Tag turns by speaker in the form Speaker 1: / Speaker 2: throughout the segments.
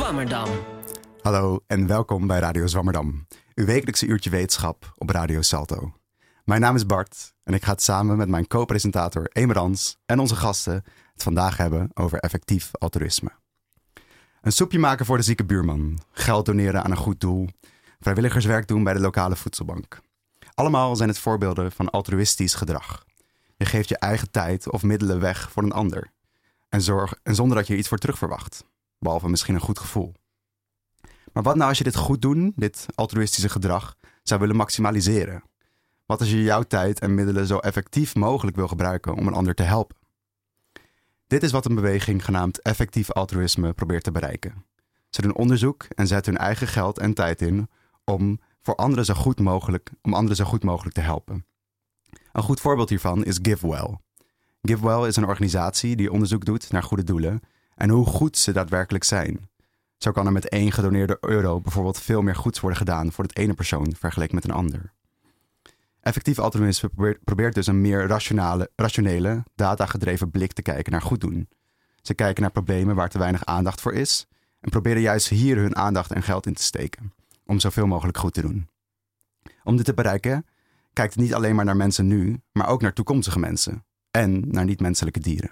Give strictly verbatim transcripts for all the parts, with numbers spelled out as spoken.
Speaker 1: Zwammerdam.
Speaker 2: Hallo en welkom bij Radio Zwammerdam, uw wekelijkse uurtje wetenschap op Radio Salto. Mijn naam is Bart en ik ga het samen met mijn co-presentator Emerans en onze gasten het vandaag hebben over effectief altruïsme. Een soepje maken voor de zieke buurman, geld doneren aan een goed doel, vrijwilligerswerk doen bij de lokale voedselbank. Allemaal zijn het voorbeelden van altruïstisch gedrag. Je geeft je eigen tijd of middelen weg voor een ander. En, zorg, en zonder dat je er iets voor terug verwacht. Behalve misschien een goed gevoel. Maar wat nou als je dit goed doen, dit altruïstische gedrag, zou willen maximaliseren? Wat als je jouw tijd en middelen zo effectief mogelijk wil gebruiken om een ander te helpen? Dit is wat een beweging genaamd effectief altruïsme probeert te bereiken. Ze doen onderzoek en zetten hun eigen geld en tijd in om, voor anderen zo goed mogelijk, om anderen zo goed mogelijk te helpen. Een goed voorbeeld hiervan is GiveWell. GiveWell is een organisatie die onderzoek doet naar goede doelen en hoe goed ze daadwerkelijk zijn. Zo kan er met één gedoneerde euro bijvoorbeeld veel meer goeds worden gedaan voor het ene persoon vergeleken met een ander. Effectief altruïsme probeert, probeert dus een meer rationale, rationele, datagedreven blik te kijken naar goed doen. Ze kijken naar problemen waar te weinig aandacht voor is en proberen juist hier hun aandacht en geld in te steken, om zoveel mogelijk goed te doen. Om dit te bereiken, kijkt het niet alleen maar naar mensen nu, maar ook naar toekomstige mensen en naar niet-menselijke dieren.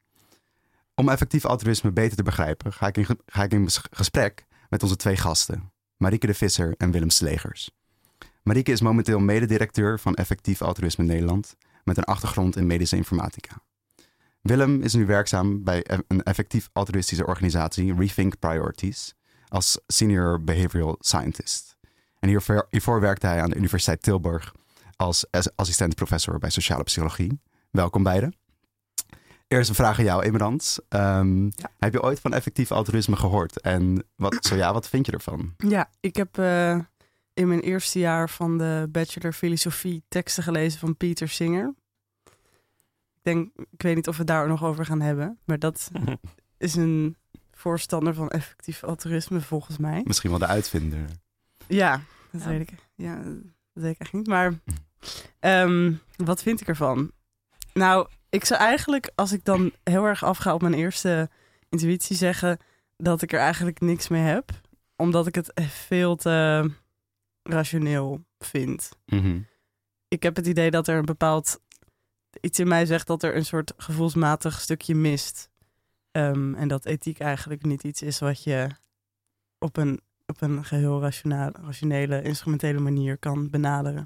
Speaker 2: Om effectief altruïsme beter te begrijpen, ga ik in, ga ik in gesprek met onze twee gasten, Marieke de Visser en Willem Slegers. Marieke is momenteel mededirecteur van Effectief Altruïsme Nederland met een achtergrond in medische informatica. Willem is nu werkzaam bij een effectief altruïstische organisatie, Rethink Priorities, als Senior Behavioral Scientist. En hiervoor, hiervoor werkte hij aan de Universiteit Tilburg als assistent-professor bij sociale psychologie. Welkom beiden. Eerst een vraag aan jou, Emerans. Um, ja. Heb je ooit van effectief altruïsme gehoord? En wat, zo ja, wat vind je ervan?
Speaker 3: Ja, ik heb uh, in mijn eerste jaar van de bachelor filosofie teksten gelezen van Peter Singer. Ik denk, ik weet niet of we het daar nog over gaan hebben, maar dat is een voorstander van effectief altruïsme volgens mij.
Speaker 2: Misschien wel de uitvinder.
Speaker 3: Ja, dat ja. weet ik. Ja, dat weet ik eigenlijk niet. Maar um, wat vind ik ervan? Nou, ik zou eigenlijk, als ik dan heel erg afga op mijn eerste intuïtie, zeggen dat ik er eigenlijk niks mee heb. Omdat ik het veel te rationeel vind.
Speaker 2: Mm-hmm.
Speaker 3: Ik heb het idee dat er een bepaald iets in mij zegt dat er een soort gevoelsmatig stukje mist. Um, en dat ethiek eigenlijk niet iets is wat je op een, op een geheel rationale, rationele, instrumentele manier kan benaderen.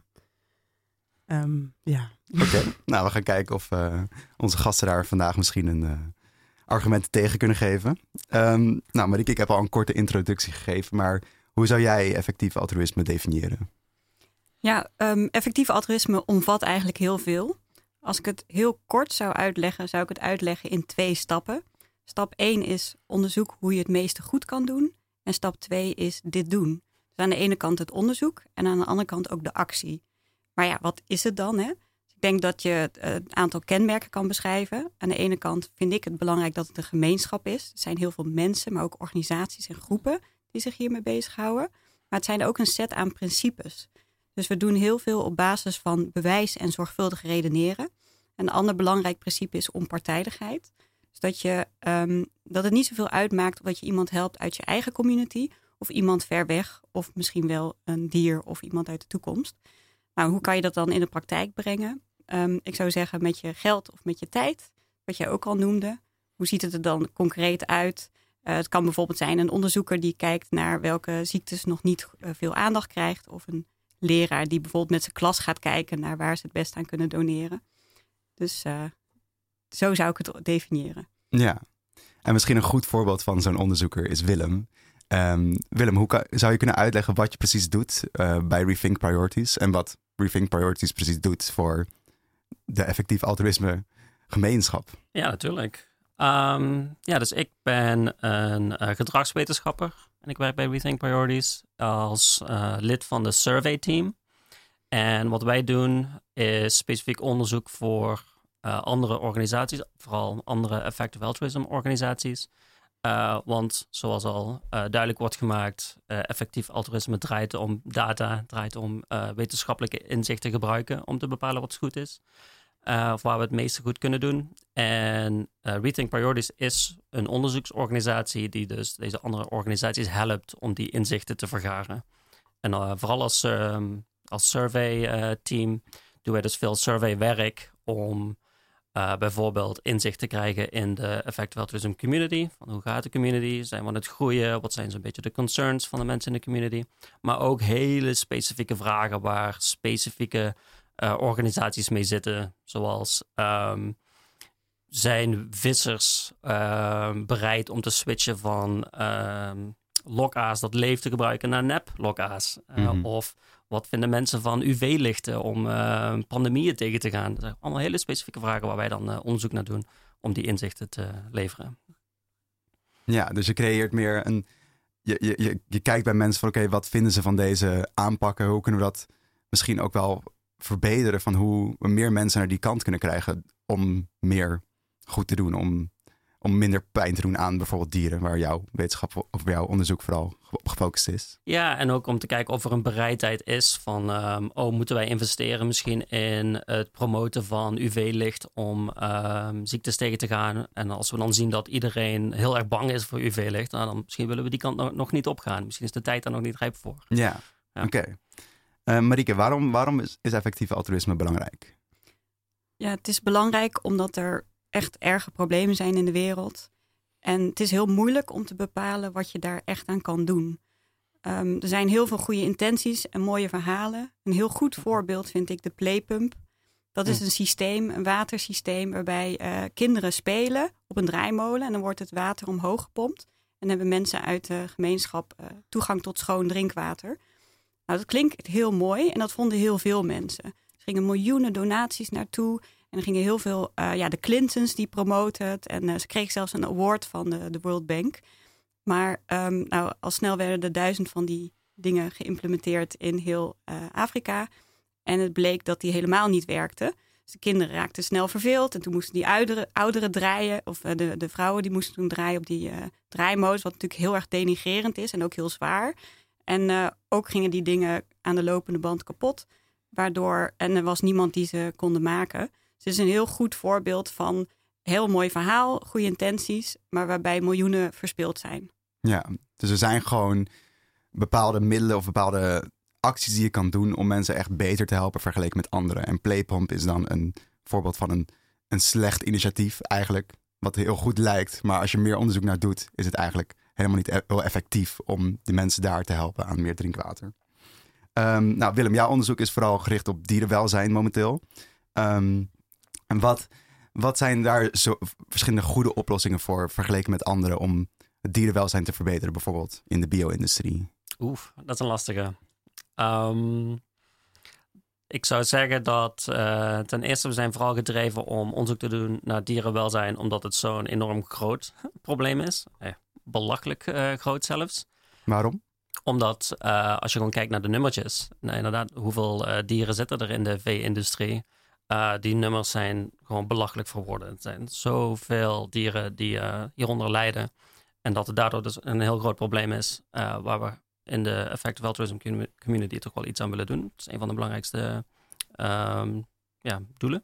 Speaker 3: Um, ja.
Speaker 2: Oké, okay. Nou we gaan kijken of uh, onze gasten daar vandaag misschien een uh, argument tegen kunnen geven. Um, nou Marieke, ik heb al een korte introductie gegeven, maar hoe zou jij effectief altruïsme definiëren?
Speaker 4: Ja, um, effectief altruïsme omvat eigenlijk heel veel. Als ik het heel kort zou uitleggen, zou ik het uitleggen in twee stappen. Stap één is onderzoek hoe je het meeste goed kan doen. En stap twee is dit doen. Dus aan de ene kant het onderzoek en aan de andere kant ook de actie. Maar ja, wat is het dan? Hè? Ik denk dat je een aantal kenmerken kan beschrijven. Aan de ene kant vind ik het belangrijk dat het een gemeenschap is. Er zijn heel veel mensen, maar ook organisaties en groepen die zich hiermee bezighouden. Maar het zijn ook een set aan principes. Dus we doen heel veel op basis van bewijs en zorgvuldig redeneren. Een ander belangrijk principe is onpartijdigheid. Dus dat, je, um, dat het niet zoveel uitmaakt of dat je iemand helpt uit je eigen community of iemand ver weg of misschien wel een dier of iemand uit de toekomst. Nou, hoe kan je dat dan in de praktijk brengen? Um, ik zou zeggen met je geld of met je tijd, wat jij ook al noemde. Hoe ziet het er dan concreet uit? Uh, het kan bijvoorbeeld zijn een onderzoeker die kijkt naar welke ziektes nog niet uh, veel aandacht krijgt. Of een leraar die bijvoorbeeld met zijn klas gaat kijken naar waar ze het best aan kunnen doneren. Dus uh, zo zou ik het definiëren.
Speaker 2: Ja, en misschien een goed voorbeeld van zo'n onderzoeker is Willem. Um, Willem, hoe kan, zou je kunnen uitleggen wat je precies doet uh, bij Rethink Priorities en wat Rethink Priorities precies doet voor de effectief altruïsme gemeenschap?
Speaker 1: Ja, natuurlijk. Um, ja, dus ik ben een uh, gedragswetenschapper en ik werk bij Rethink Priorities als uh, lid van de survey team. En wat wij doen is specifiek onderzoek voor uh, andere organisaties, vooral andere effective altruism organisaties. Uh, want zoals al uh, duidelijk wordt gemaakt, uh, effectief altruïsme draait om data, draait om uh, wetenschappelijke inzicht te gebruiken om te bepalen wat goed is. Uh, of waar we het meeste goed kunnen doen. En uh, Rethink Priorities is een onderzoeksorganisatie die dus deze andere organisaties helpt om die inzichten te vergaren. En uh, vooral als, um, als survey uh, team doen wij dus veel surveywerk om uh, bijvoorbeeld inzicht te krijgen in de effective altruism community. Van hoe gaat de community? Zijn we aan het groeien? Wat zijn zo'n beetje de concerns van de mensen in de community? Maar ook hele specifieke vragen waar specifieke uh, organisaties mee zitten. Zoals um, zijn vissers uh, bereid om te switchen van um, lokaas dat leeft te gebruiken naar nep-lokaas? Uh, mm-hmm. Of wat vinden mensen van U V-lichten om uh, pandemieën tegen te gaan? Dat zijn allemaal hele specifieke vragen waar wij dan uh, onderzoek naar doen om die inzichten te leveren.
Speaker 2: Ja, dus je creëert meer een... Je, je, je, je kijkt bij mensen van oké, okay, wat vinden ze van deze aanpakken? Hoe kunnen we dat misschien ook wel verbeteren van hoe we meer mensen naar die kant kunnen krijgen om meer goed te doen, om, om minder pijn te doen aan bijvoorbeeld dieren, waar jouw wetenschap of jouw onderzoek vooral op gefocust is.
Speaker 1: Ja, en ook om te kijken of er een bereidheid is van, um, oh, moeten wij investeren misschien in het promoten van U V-licht om um, ziektes tegen te gaan. En als we dan zien dat iedereen heel erg bang is voor U V-licht, nou, dan misschien willen we die kant nog, nog niet opgaan. Misschien is de tijd daar nog niet rijp voor.
Speaker 2: Ja, ja. Oké. Okay. Uh, Marieke, waarom, waarom is, is effectief altruïsme belangrijk?
Speaker 4: Ja, het is belangrijk omdat er echt erge problemen zijn in de wereld. En het is heel moeilijk om te bepalen wat je daar echt aan kan doen. Um, er zijn heel veel goede intenties en mooie verhalen. Een heel goed voorbeeld vind ik de Playpump. Dat is een systeem, een watersysteem waarbij uh, kinderen spelen op een draaimolen. En dan wordt het water omhoog gepompt. En dan hebben mensen uit de gemeenschap uh, toegang tot schoon drinkwater. Nou, dat klinkt heel mooi en dat vonden heel veel mensen. Er gingen miljoenen donaties naartoe. En er gingen heel veel, uh, ja, de Clintons die promoten het. En uh, ze kreeg zelfs een award van de, de World Bank. Maar um, nou, al snel werden er duizend van die dingen geïmplementeerd in heel uh, Afrika. En het bleek dat die helemaal niet werkten. Dus de kinderen raakten snel verveeld. En toen moesten die ouderen, ouderen draaien. Of uh, de, de vrouwen die moesten toen draaien op die uh, draaimodus. Wat natuurlijk heel erg denigrerend is en ook heel zwaar. En uh, ook gingen die dingen aan de lopende band kapot. Waardoor, en er was niemand die ze konden maken. Dus het is een heel goed voorbeeld van heel mooi verhaal, goede intenties, maar waarbij miljoenen verspild zijn.
Speaker 2: Ja, dus er zijn gewoon bepaalde middelen of bepaalde acties die je kan doen om mensen echt beter te helpen vergeleken met anderen. En Playpump is dan een voorbeeld van een, een slecht initiatief eigenlijk, wat heel goed lijkt. Maar als je meer onderzoek naar doet, is het eigenlijk helemaal niet heel effectief om de mensen daar te helpen aan meer drinkwater. Um, nou, Willem, jouw onderzoek is vooral gericht op dierenwelzijn momenteel. Um, en wat, wat zijn daar zo verschillende goede oplossingen voor vergeleken met anderen om het dierenwelzijn te verbeteren, bijvoorbeeld in de bio-industrie?
Speaker 1: Oef, dat is een lastige. Um, ik zou zeggen dat uh, ten eerste we zijn vooral gedreven om onderzoek te doen naar dierenwelzijn, omdat het zo'n enorm groot probleem is. Eh, belachelijk uh, groot zelfs.
Speaker 2: Waarom?
Speaker 1: Omdat uh, als je gewoon kijkt naar de nummertjes, nou, inderdaad, hoeveel uh, dieren zitten er in de vee-industrie? Uh, die nummers zijn gewoon belachelijk verworden. Het zijn zoveel dieren die uh, hieronder lijden. En dat het daardoor dus een heel groot probleem is, uh, waar we in de effective altruism community toch wel iets aan willen doen. Dat is een van de belangrijkste um, ja, doelen.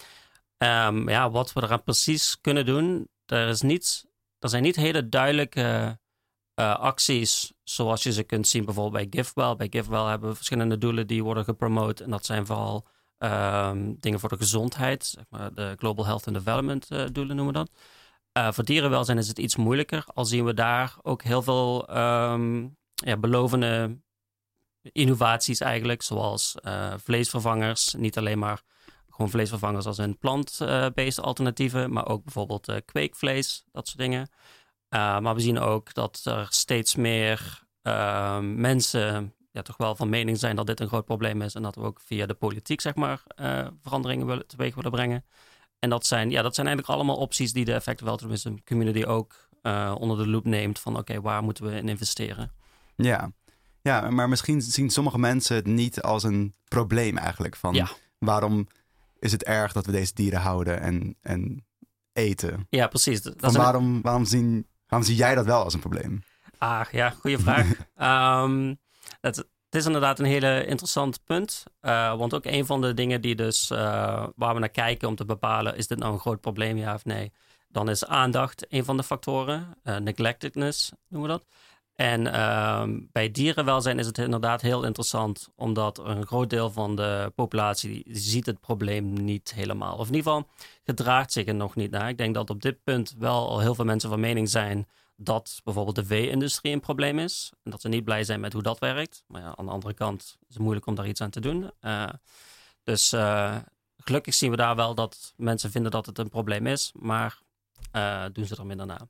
Speaker 1: Um, ja, wat we eraan precies kunnen doen, er, is niet, er zijn niet hele duidelijke uh, acties zoals je ze kunt zien bijvoorbeeld bij GiveWell. Bij GiveWell hebben we verschillende doelen die worden gepromoot. En dat zijn vooral um, dingen voor de gezondheid, zeg maar de Global Health and Development uh, doelen noemen we dat. Uh, voor dierenwelzijn is het iets moeilijker. Al zien we daar ook heel veel um, ja, belovende innovaties eigenlijk. Zoals uh, vleesvervangers. Niet alleen maar gewoon vleesvervangers als in plant-based alternatieven. Maar ook bijvoorbeeld uh, kweekvlees. Dat soort dingen. Uh, maar we zien ook dat er steeds meer uh, mensen ja, toch wel van mening zijn dat dit een groot probleem is. En dat we ook via de politiek zeg maar uh, veranderingen willen, teweeg willen brengen. En dat zijn, ja, dat zijn eigenlijk allemaal opties die de effective altruism community ook uh, onder de loep neemt. Van oké, okay, waar moeten we in investeren?
Speaker 2: Ja. ja, maar misschien zien sommige mensen het niet als een probleem eigenlijk. Van
Speaker 1: ja.
Speaker 2: Waarom is het erg dat we deze dieren houden en, en eten?
Speaker 1: Ja, precies. Dat
Speaker 2: van waarom, een... waarom, zien, waarom zie jij dat wel als een probleem?
Speaker 1: Ah, ja, goede vraag. um, het, het het is inderdaad een hele interessant punt. Uh, want ook een van de dingen die dus, uh, waar we naar kijken om te bepalen, is dit nou een groot probleem, ja of nee? Dan is aandacht een van de factoren. Uh, neglectedness noemen we dat. En uh, bij dierenwelzijn is het inderdaad heel interessant, omdat een groot deel van de populatie die ziet het probleem niet helemaal. Of in ieder geval gedraagt zich er nog niet naar. Ik denk dat op dit punt wel al heel veel mensen van mening zijn dat bijvoorbeeld de vee-industrie een probleem is. En dat ze niet blij zijn met hoe dat werkt. Maar ja, aan de andere kant is het moeilijk om daar iets aan te doen. Uh, dus uh, gelukkig zien we daar wel dat mensen vinden dat het een probleem is. Maar uh, doen ze er minder na.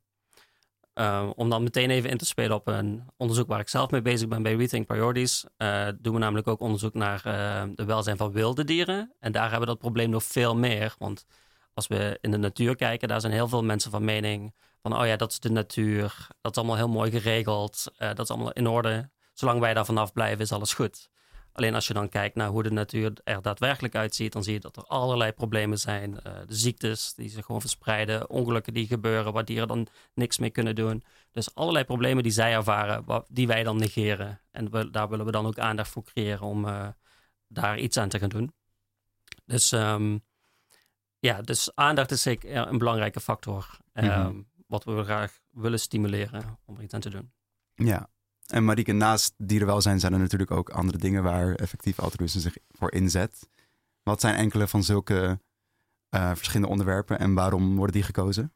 Speaker 1: Uh, om dan meteen even in te spelen op een onderzoek waar ik zelf mee bezig ben bij Rethink Priorities, uh, doen we namelijk ook onderzoek naar uh, de welzijn van wilde dieren. En daar hebben we dat probleem nog veel meer. Want als we in de natuur kijken, daar zijn heel veel mensen van mening van, oh ja, dat is de natuur. Dat is allemaal heel mooi geregeld. Uh, dat is allemaal in orde. Zolang wij daar vanaf blijven, is alles goed. Alleen als je dan kijkt naar hoe de natuur er daadwerkelijk uitziet, dan zie je dat er allerlei problemen zijn. Uh, de ziektes die zich gewoon verspreiden, ongelukken die gebeuren, waar dieren dan niks mee kunnen doen. Dus allerlei problemen die zij ervaren, die wij dan negeren. En we, daar willen we dan ook aandacht voor creëren om uh, daar iets aan te gaan doen. Dus um, ja, dus aandacht is zeker een belangrijke factor. Mm-hmm. Um, wat we graag willen stimuleren om er iets aan te doen.
Speaker 2: Ja. En Marieke, naast dierenwelzijn zijn er natuurlijk ook andere dingen waar effectief altruïsme zich voor inzet. Wat zijn enkele van zulke uh, verschillende onderwerpen en waarom worden die gekozen?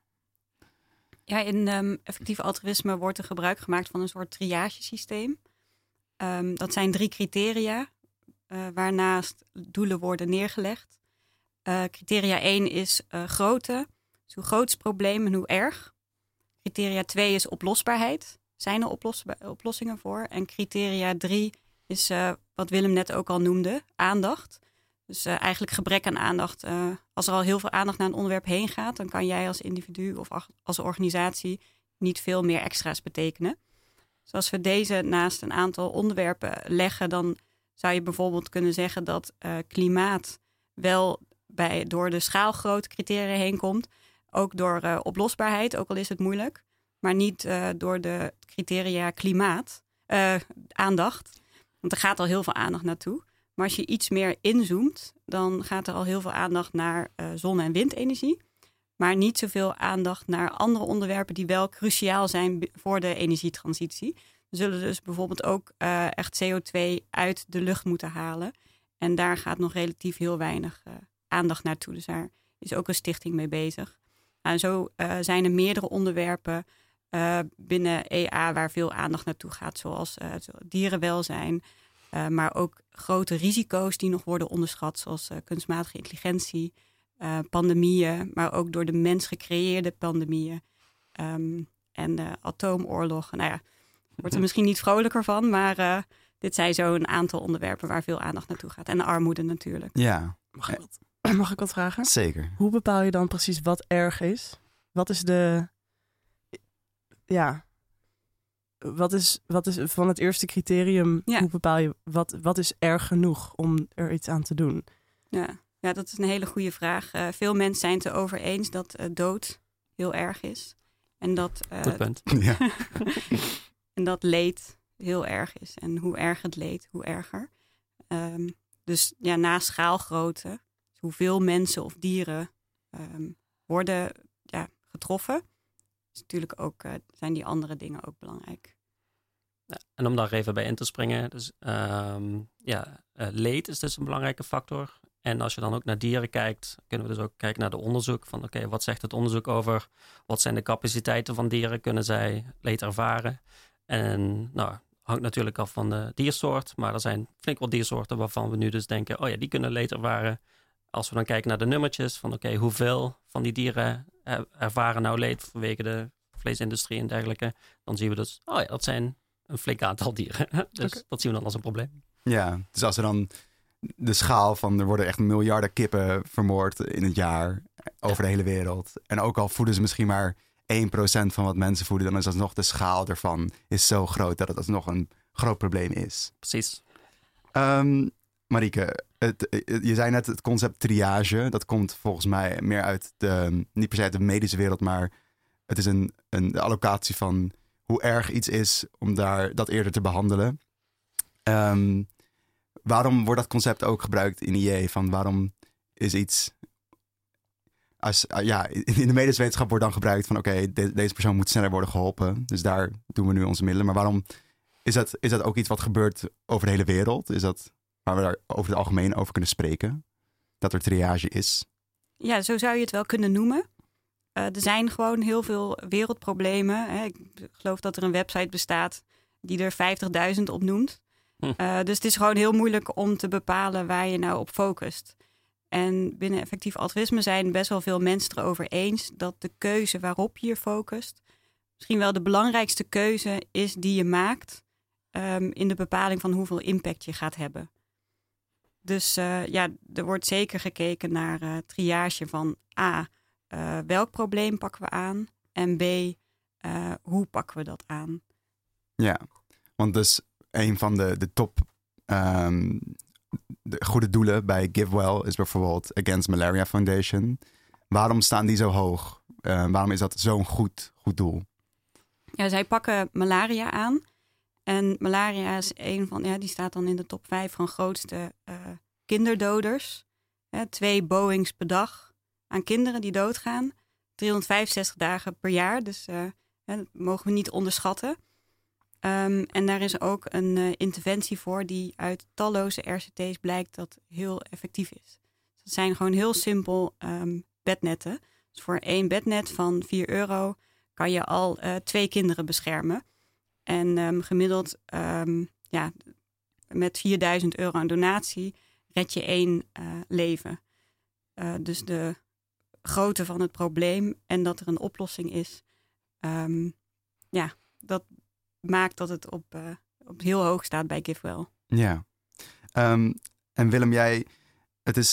Speaker 4: Ja, in um, effectief altruïsme wordt er gebruik gemaakt van een soort triagesysteem. Um, dat zijn drie criteria uh, waarnaast doelen worden neergelegd. Uh, criteria één is uh, grootte. Dus hoe groot is het probleem en hoe erg. Criteria twee is oplosbaarheid. Zijn er oplos- oplossingen voor? En criteria drie is uh, wat Willem net ook al noemde, aandacht. Dus uh, eigenlijk gebrek aan aandacht. Uh, als er al heel veel aandacht naar een onderwerp heen gaat, dan kan jij als individu of als organisatie niet veel meer extra's betekenen. Dus als we deze naast een aantal onderwerpen leggen, dan zou je bijvoorbeeld kunnen zeggen dat uh, klimaat wel bij, door de schaalgrootte criteria heen komt. Ook door uh, oplosbaarheid, ook al is het moeilijk. Maar niet uh, door de criteria klimaat, uh, aandacht. Want er gaat al heel veel aandacht naartoe. Maar als je iets meer inzoomt, dan gaat er al heel veel aandacht naar uh, zon- en windenergie. Maar niet zoveel aandacht naar andere onderwerpen die wel cruciaal zijn voor de energietransitie. We zullen dus bijvoorbeeld ook uh, echt C O twee uit de lucht moeten halen. En daar gaat nog relatief heel weinig uh, aandacht naartoe. Dus daar is ook een stichting mee bezig. En zo uh, zijn er meerdere onderwerpen Uh, binnen E A waar veel aandacht naartoe gaat, zoals uh, dierenwelzijn, uh, maar ook grote risico's die nog worden onderschat, zoals uh, kunstmatige intelligentie, uh, pandemieën, maar ook door de mens gecreëerde pandemieën um, en de atoomoorlog. Nou ja, wordt er misschien niet vrolijker van, maar uh, dit zijn zo een aantal onderwerpen waar veel aandacht naartoe gaat. En de armoede natuurlijk.
Speaker 2: Ja.
Speaker 3: Mag ik wat, mag ik wat vragen?
Speaker 2: Zeker.
Speaker 3: Hoe bepaal je dan precies wat erg is? Wat is de... Ja, wat is, wat is van het eerste criterium, ja. Hoe bepaal je wat, wat is erg genoeg om er iets aan te doen?
Speaker 4: Ja, ja dat is een hele goede vraag. Uh, veel mensen zijn het erover eens dat uh, dood heel erg is. En dat, uh,
Speaker 1: Goed punt.
Speaker 2: Ja.
Speaker 4: en dat leed heel erg is. En hoe erg het leed, hoe erger. Um, dus ja, na schaalgrootte, hoeveel mensen of dieren um, worden ja, getroffen. Dus natuurlijk ook, uh, zijn die andere dingen ook belangrijk.
Speaker 1: Ja, en om daar even bij in te springen. Dus um, ja, uh, leed is dus een belangrijke factor. En als je dan ook naar dieren kijkt, kunnen we dus ook kijken naar de onderzoek. Van oké, okay, wat zegt het onderzoek over? Wat zijn de capaciteiten van dieren? Kunnen zij leed ervaren? En nou, hangt natuurlijk af van de diersoort. Maar er zijn flink wat diersoorten waarvan we nu dus denken, oh ja, die kunnen leed ervaren. Als we dan kijken naar de nummertjes van oké, okay, hoeveel van die dieren ervaren nou leed vanwege de vleesindustrie en dergelijke. Dan zien we dus, oh ja, dat zijn een flink aantal dieren. Dus okay. Dat zien we dan als een probleem.
Speaker 2: Ja, dus als er dan de schaal van er worden echt miljarden kippen vermoord in het jaar over ja. de hele wereld. En ook al voeden ze misschien maar één procent van wat mensen voeden, dan is alsnog de schaal ervan is zo groot dat het alsnog een groot probleem is.
Speaker 1: Precies.
Speaker 2: Um, Marieke, het, je zei net het concept triage. Dat komt volgens mij meer uit de, niet per se uit de medische wereld, maar het is een, een de allocatie van hoe erg iets is om daar dat eerder te behandelen. Um, waarom wordt dat concept ook gebruikt in I E? Van waarom is iets... Als, uh, ja, in de medische wetenschap wordt dan gebruikt van... oké, okay, de, deze persoon moet sneller worden geholpen. Dus daar doen we nu onze middelen. Maar waarom is dat, is dat ook iets wat gebeurt over de hele wereld? Is dat waar we daar over het algemeen over kunnen spreken? Dat er triage is?
Speaker 4: Ja, zo zou je het wel kunnen noemen. Uh, er zijn gewoon heel veel wereldproblemen. Hè. Ik geloof dat er een website bestaat die er vijftigduizend op noemt. Hm. Uh, dus het is gewoon heel moeilijk om te bepalen waar je nou op focust. En binnen effectief altruïsme zijn best wel veel mensen erover eens dat de keuze waarop je je focust misschien wel de belangrijkste keuze is die je maakt um, in de bepaling van hoeveel impact je gaat hebben. Dus uh, ja, er wordt zeker gekeken naar uh, triage van A, uh, welk probleem pakken we aan? En B, uh, hoe pakken we dat aan?
Speaker 2: Ja, want dus een van de, de top um, de goede doelen bij GiveWell is bijvoorbeeld Against Malaria Foundation. Waarom staan die zo hoog? Uh, waarom is dat zo'n goed, goed doel?
Speaker 4: Ja, zij pakken malaria aan. En malaria is een van, ja, die staat dan in de top vijf van grootste uh, kinderdoders. Hè, twee Boeings per dag aan kinderen die doodgaan. driehonderdvijfenzestig dagen per jaar, dus uh, hè, dat mogen we niet onderschatten. Um, en daar is ook een uh, interventie voor die uit talloze R C T's blijkt dat heel effectief is. Dus dat zijn gewoon heel simpel um, bednetten. Dus voor één bednet van vier euro kan je al uh, twee kinderen beschermen. En um, gemiddeld um, ja, met vierduizend euro aan donatie red je één uh, leven. Uh, dus de grootte van het probleem en dat er een oplossing is, um, ja, dat maakt dat het op, uh, op heel hoog staat bij GiveWell.
Speaker 2: Ja. Um, en Willem, jij, het is,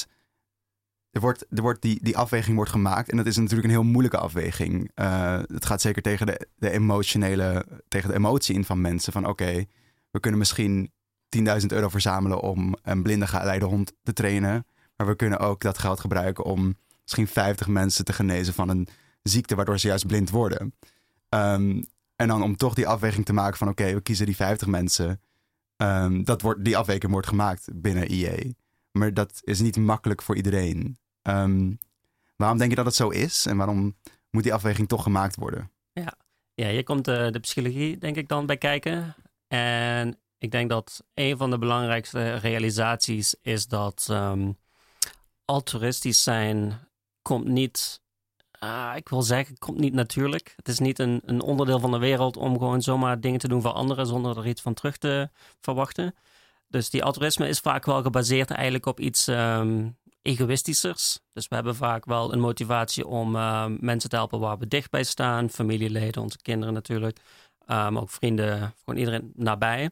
Speaker 2: er wordt, er wordt die, die afweging wordt gemaakt en dat is natuurlijk een heel moeilijke afweging. Uh, het gaat zeker tegen de, de emotionele, tegen de emotie in van mensen. Van oké, okay, we kunnen misschien tienduizend euro verzamelen om een blinde geleidehond te trainen, maar we kunnen ook dat geld gebruiken om misschien vijftig mensen te genezen van een ziekte waardoor ze juist blind worden. Um, En dan om toch die afweging te maken van oké, okay, we kiezen die vijftig mensen. Um, dat wordt, die afweging wordt gemaakt binnen I E. Maar dat is niet makkelijk voor iedereen. Um, waarom denk je dat het zo is? En waarom moet die afweging toch gemaakt worden?
Speaker 1: Ja, ja hier komt de, de psychologie denk ik dan bij kijken. En ik denk dat een van de belangrijkste realisaties is dat um, altruïstisch zijn komt niet... Uh, ik wil zeggen, komt niet natuurlijk. Het is niet een, een onderdeel van de wereld om gewoon zomaar dingen te doen voor anderen zonder er iets van terug te verwachten. Dus die altruïsme is vaak wel gebaseerd eigenlijk op iets um, egoïstischers. Dus we hebben vaak wel een motivatie om uh, mensen te helpen waar we dichtbij staan. Familieleden, onze kinderen natuurlijk. Uh, maar ook vrienden, gewoon iedereen nabij.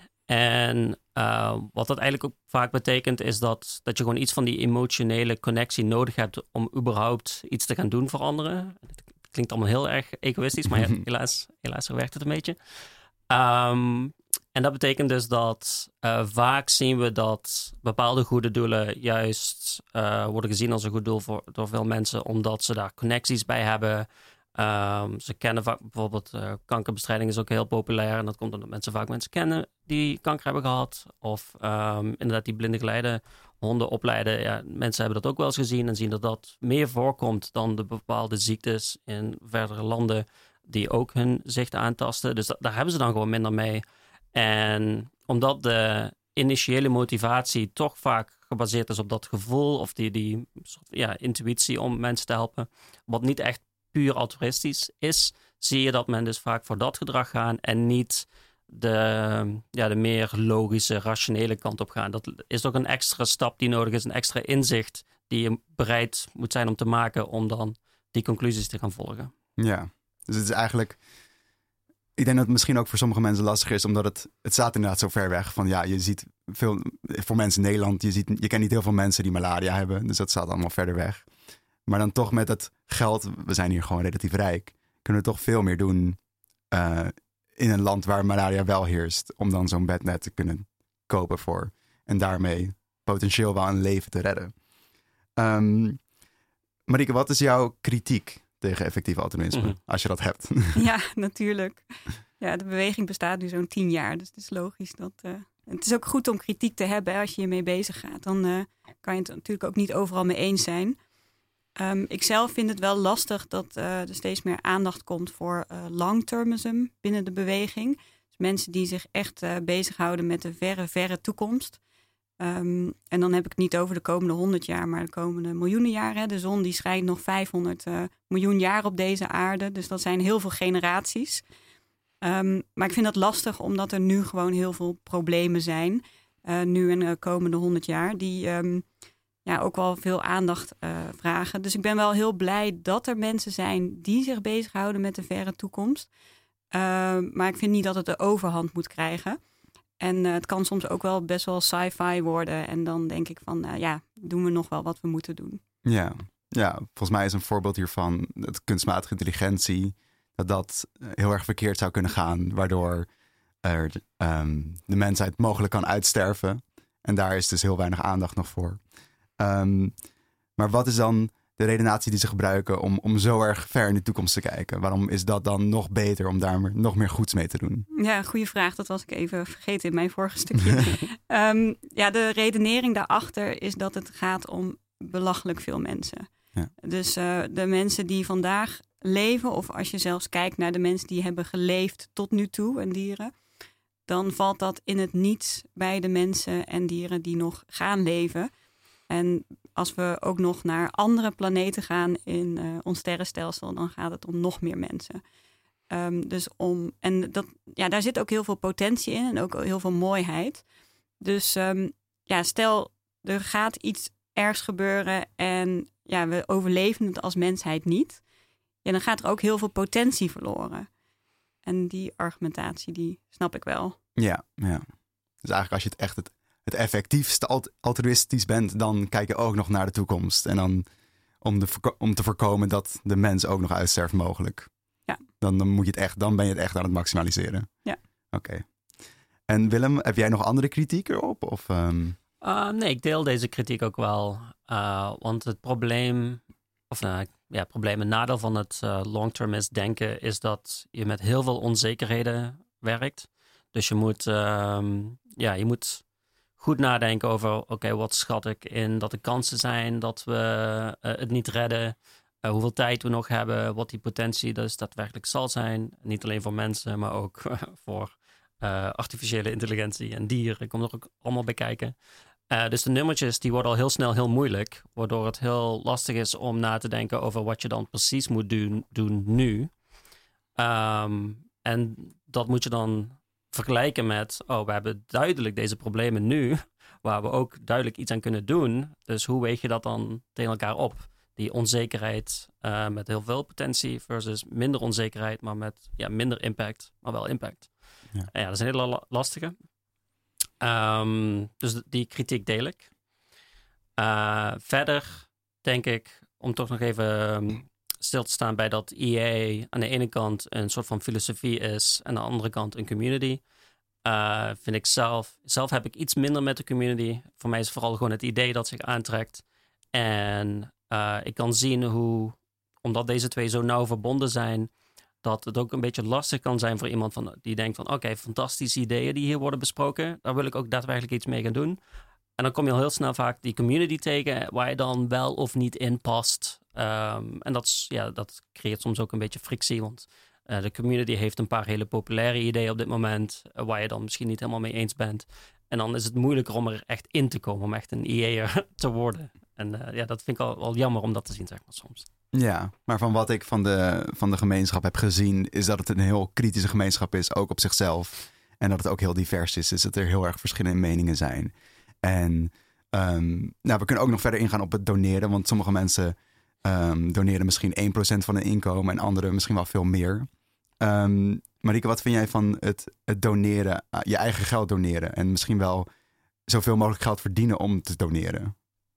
Speaker 1: En uh, wat dat eigenlijk ook vaak betekent is dat, dat je gewoon iets van die emotionele connectie nodig hebt om überhaupt iets te gaan doen voor anderen. Het klinkt allemaal heel erg egoïstisch, maar ja, helaas, helaas werkt het een beetje. Um, en dat betekent dus dat uh, vaak zien we dat bepaalde goede doelen juist uh, worden gezien als een goed doel voor, door veel mensen, omdat ze daar connecties bij hebben. Um, ze kennen vaak bijvoorbeeld uh, kankerbestrijding is ook heel populair. En dat komt omdat mensen vaak mensen kennen die kanker hebben gehad. Of um, inderdaad die blinde geleide honden opleiden. Ja, mensen hebben dat ook wel eens gezien en zien dat dat meer voorkomt dan de bepaalde ziektes in verdere landen die ook hun zicht aantasten. Dus dat, daar hebben ze dan gewoon minder mee. En omdat de initiële motivatie toch vaak gebaseerd is op dat gevoel of die, die ja, intuïtie om mensen te helpen, wat niet echt puur altruïstisch is, zie je dat men dus vaak voor dat gedrag gaan en niet de, ja, de meer logische, rationele kant op gaan. Dat is ook een extra stap die nodig is, een extra inzicht die je bereid moet zijn om te maken om dan die conclusies te gaan volgen.
Speaker 2: Ja, dus het is eigenlijk... Ik denk dat het misschien ook voor sommige mensen lastig is, omdat het, het staat inderdaad zo ver weg. Van ja, je ziet veel, voor mensen in Nederland, je, ziet, je kent niet heel veel mensen die malaria hebben, dus dat staat allemaal verder weg. Maar dan toch met het geld, we zijn hier gewoon relatief rijk, kunnen we toch veel meer doen uh, in een land waar malaria wel heerst, om dan zo'n bednet te kunnen kopen voor en daarmee potentieel wel een leven te redden. Um, Marieke, wat is jouw kritiek tegen effectief altruïsme, mm-hmm. als je dat hebt?
Speaker 4: Ja, natuurlijk. Ja, de beweging bestaat nu zo'n tien jaar, dus het is logisch dat uh, het is ook goed om kritiek te hebben hè, als je hiermee bezig gaat. Dan uh, kan je het natuurlijk ook niet overal mee eens zijn. Um, ik zelf vind het wel lastig dat uh, er steeds meer aandacht komt voor uh, long-termism binnen de beweging. Dus mensen die zich echt uh, bezighouden met de verre, verre toekomst. Um, en dan heb ik het niet over de komende honderd jaar, maar de komende miljoenen jaren. Hè. De zon die schijnt nog vijfhonderd uh, miljoen jaar op deze aarde. Dus dat zijn heel veel generaties. Um, maar ik vind dat lastig omdat er nu gewoon heel veel problemen zijn. Uh, nu en de komende honderd jaar. Die um, ja, ook wel veel aandacht uh, vragen. Dus ik ben wel heel blij dat er mensen zijn die zich bezighouden met de verre toekomst. Uh, maar ik vind niet dat het de overhand moet krijgen. En uh, het kan soms ook wel best wel sci-fi worden. En dan denk ik van, uh, ja, doen we nog wel wat we moeten doen.
Speaker 2: Ja. ja, volgens mij is een voorbeeld hiervan dat kunstmatige intelligentie, dat dat heel erg verkeerd zou kunnen gaan, waardoor er um, de mensheid mogelijk kan uitsterven. En daar is dus heel weinig aandacht nog voor. Um, maar wat is dan de redenatie die ze gebruiken om, om zo erg ver in de toekomst te kijken? Waarom is dat dan nog beter om daar nog meer goeds mee te doen?
Speaker 4: Ja, goede vraag. Dat was ik even vergeten in mijn vorige stukje. um, ja, de redenering daarachter is dat het gaat om belachelijk veel mensen. Ja. Dus uh, de mensen die vandaag leven, of als je zelfs kijkt naar de mensen die hebben geleefd tot nu toe en dieren, dan valt dat in het niets bij de mensen en dieren die nog gaan leven. En als we ook nog naar andere planeten gaan in uh, ons sterrenstelsel, dan gaat het om nog meer mensen. Um, dus om, en dat, ja, daar zit ook heel veel potentie in en ook heel veel mooiheid. Dus um, ja, stel er gaat iets ergs gebeuren en ja, we overleven het als mensheid niet. Ja, dan gaat er ook heel veel potentie verloren. En die argumentatie, die snap ik wel.
Speaker 2: Ja, ja. Dus eigenlijk als je het echt het, het effectiefst altruïstisch bent, dan kijk je ook nog naar de toekomst. En dan om, de, om te voorkomen dat de mens ook nog uitsterft mogelijk.
Speaker 4: Ja.
Speaker 2: Dan, dan, moet je het echt, dan ben je het echt aan het maximaliseren.
Speaker 4: Ja.
Speaker 2: Oké. Okay. En Willem, heb jij nog andere kritiek erop? Of, um...
Speaker 1: uh, nee, ik deel deze kritiek ook wel. Uh, want het probleem, of nou, ja, het probleem en nadeel van het uh, long-termist denken is dat je met heel veel onzekerheden werkt. Dus je moet, um, ja, je moet goed nadenken over, oké, okay, wat schat ik in dat de kansen zijn dat we uh, het niet redden, uh, hoeveel tijd we nog hebben, wat die potentie dus daadwerkelijk zal zijn. Niet alleen voor mensen, maar ook uh, voor uh, artificiële intelligentie en dieren. Komt er ook allemaal bij kijken. Uh, dus de nummertjes die worden al heel snel heel moeilijk, waardoor het heel lastig is om na te denken over wat je dan precies moet doen, doen nu. Um, en dat moet je dan vergelijken met, oh, we hebben duidelijk deze problemen nu, waar we ook duidelijk iets aan kunnen doen. Dus hoe weeg je dat dan tegen elkaar op? Die onzekerheid uh, met heel veel potentie versus minder onzekerheid, maar met ja, minder impact, maar wel impact. Ja, ja dat is een hele lastige. Um, dus die kritiek deel ik. Uh, verder denk ik, om toch nog even um, stil te staan bij dat E A aan de ene kant een soort van filosofie is en aan de andere kant een community. Uh, vind ik zelf, zelf heb ik iets minder met de community. Voor mij is het vooral gewoon het idee dat zich aantrekt. En uh, ik kan zien hoe, omdat deze twee zo nauw verbonden zijn, dat het ook een beetje lastig kan zijn voor iemand van, die denkt van, oké, okay, fantastische ideeën die hier worden besproken. Daar wil ik ook daadwerkelijk iets mee gaan doen. En dan kom je al heel snel vaak die community tegen, waar je dan wel of niet in past. Um, en dat, is, ja, dat creëert soms ook een beetje frictie, want uh, de community heeft een paar hele populaire ideeën op dit moment, uh, waar je dan misschien niet helemaal mee eens bent. En dan is het moeilijker om er echt in te komen, om echt een E A'er te worden. En uh, ja, dat vind ik al wel jammer om dat te zien, zeg maar, soms.
Speaker 2: Ja, maar van wat ik van de, van de gemeenschap heb gezien, is dat het een heel kritische gemeenschap is, ook op zichzelf. En dat het ook heel divers is, dus dat er heel erg verschillende meningen zijn. En um, nou, we kunnen ook nog verder ingaan op het doneren, want sommige mensen um, doneren misschien één procent van hun inkomen en anderen misschien wel veel meer. Um, Marieke, wat vind jij van het, het doneren, uh, je eigen geld doneren en misschien wel zoveel mogelijk geld verdienen om te doneren?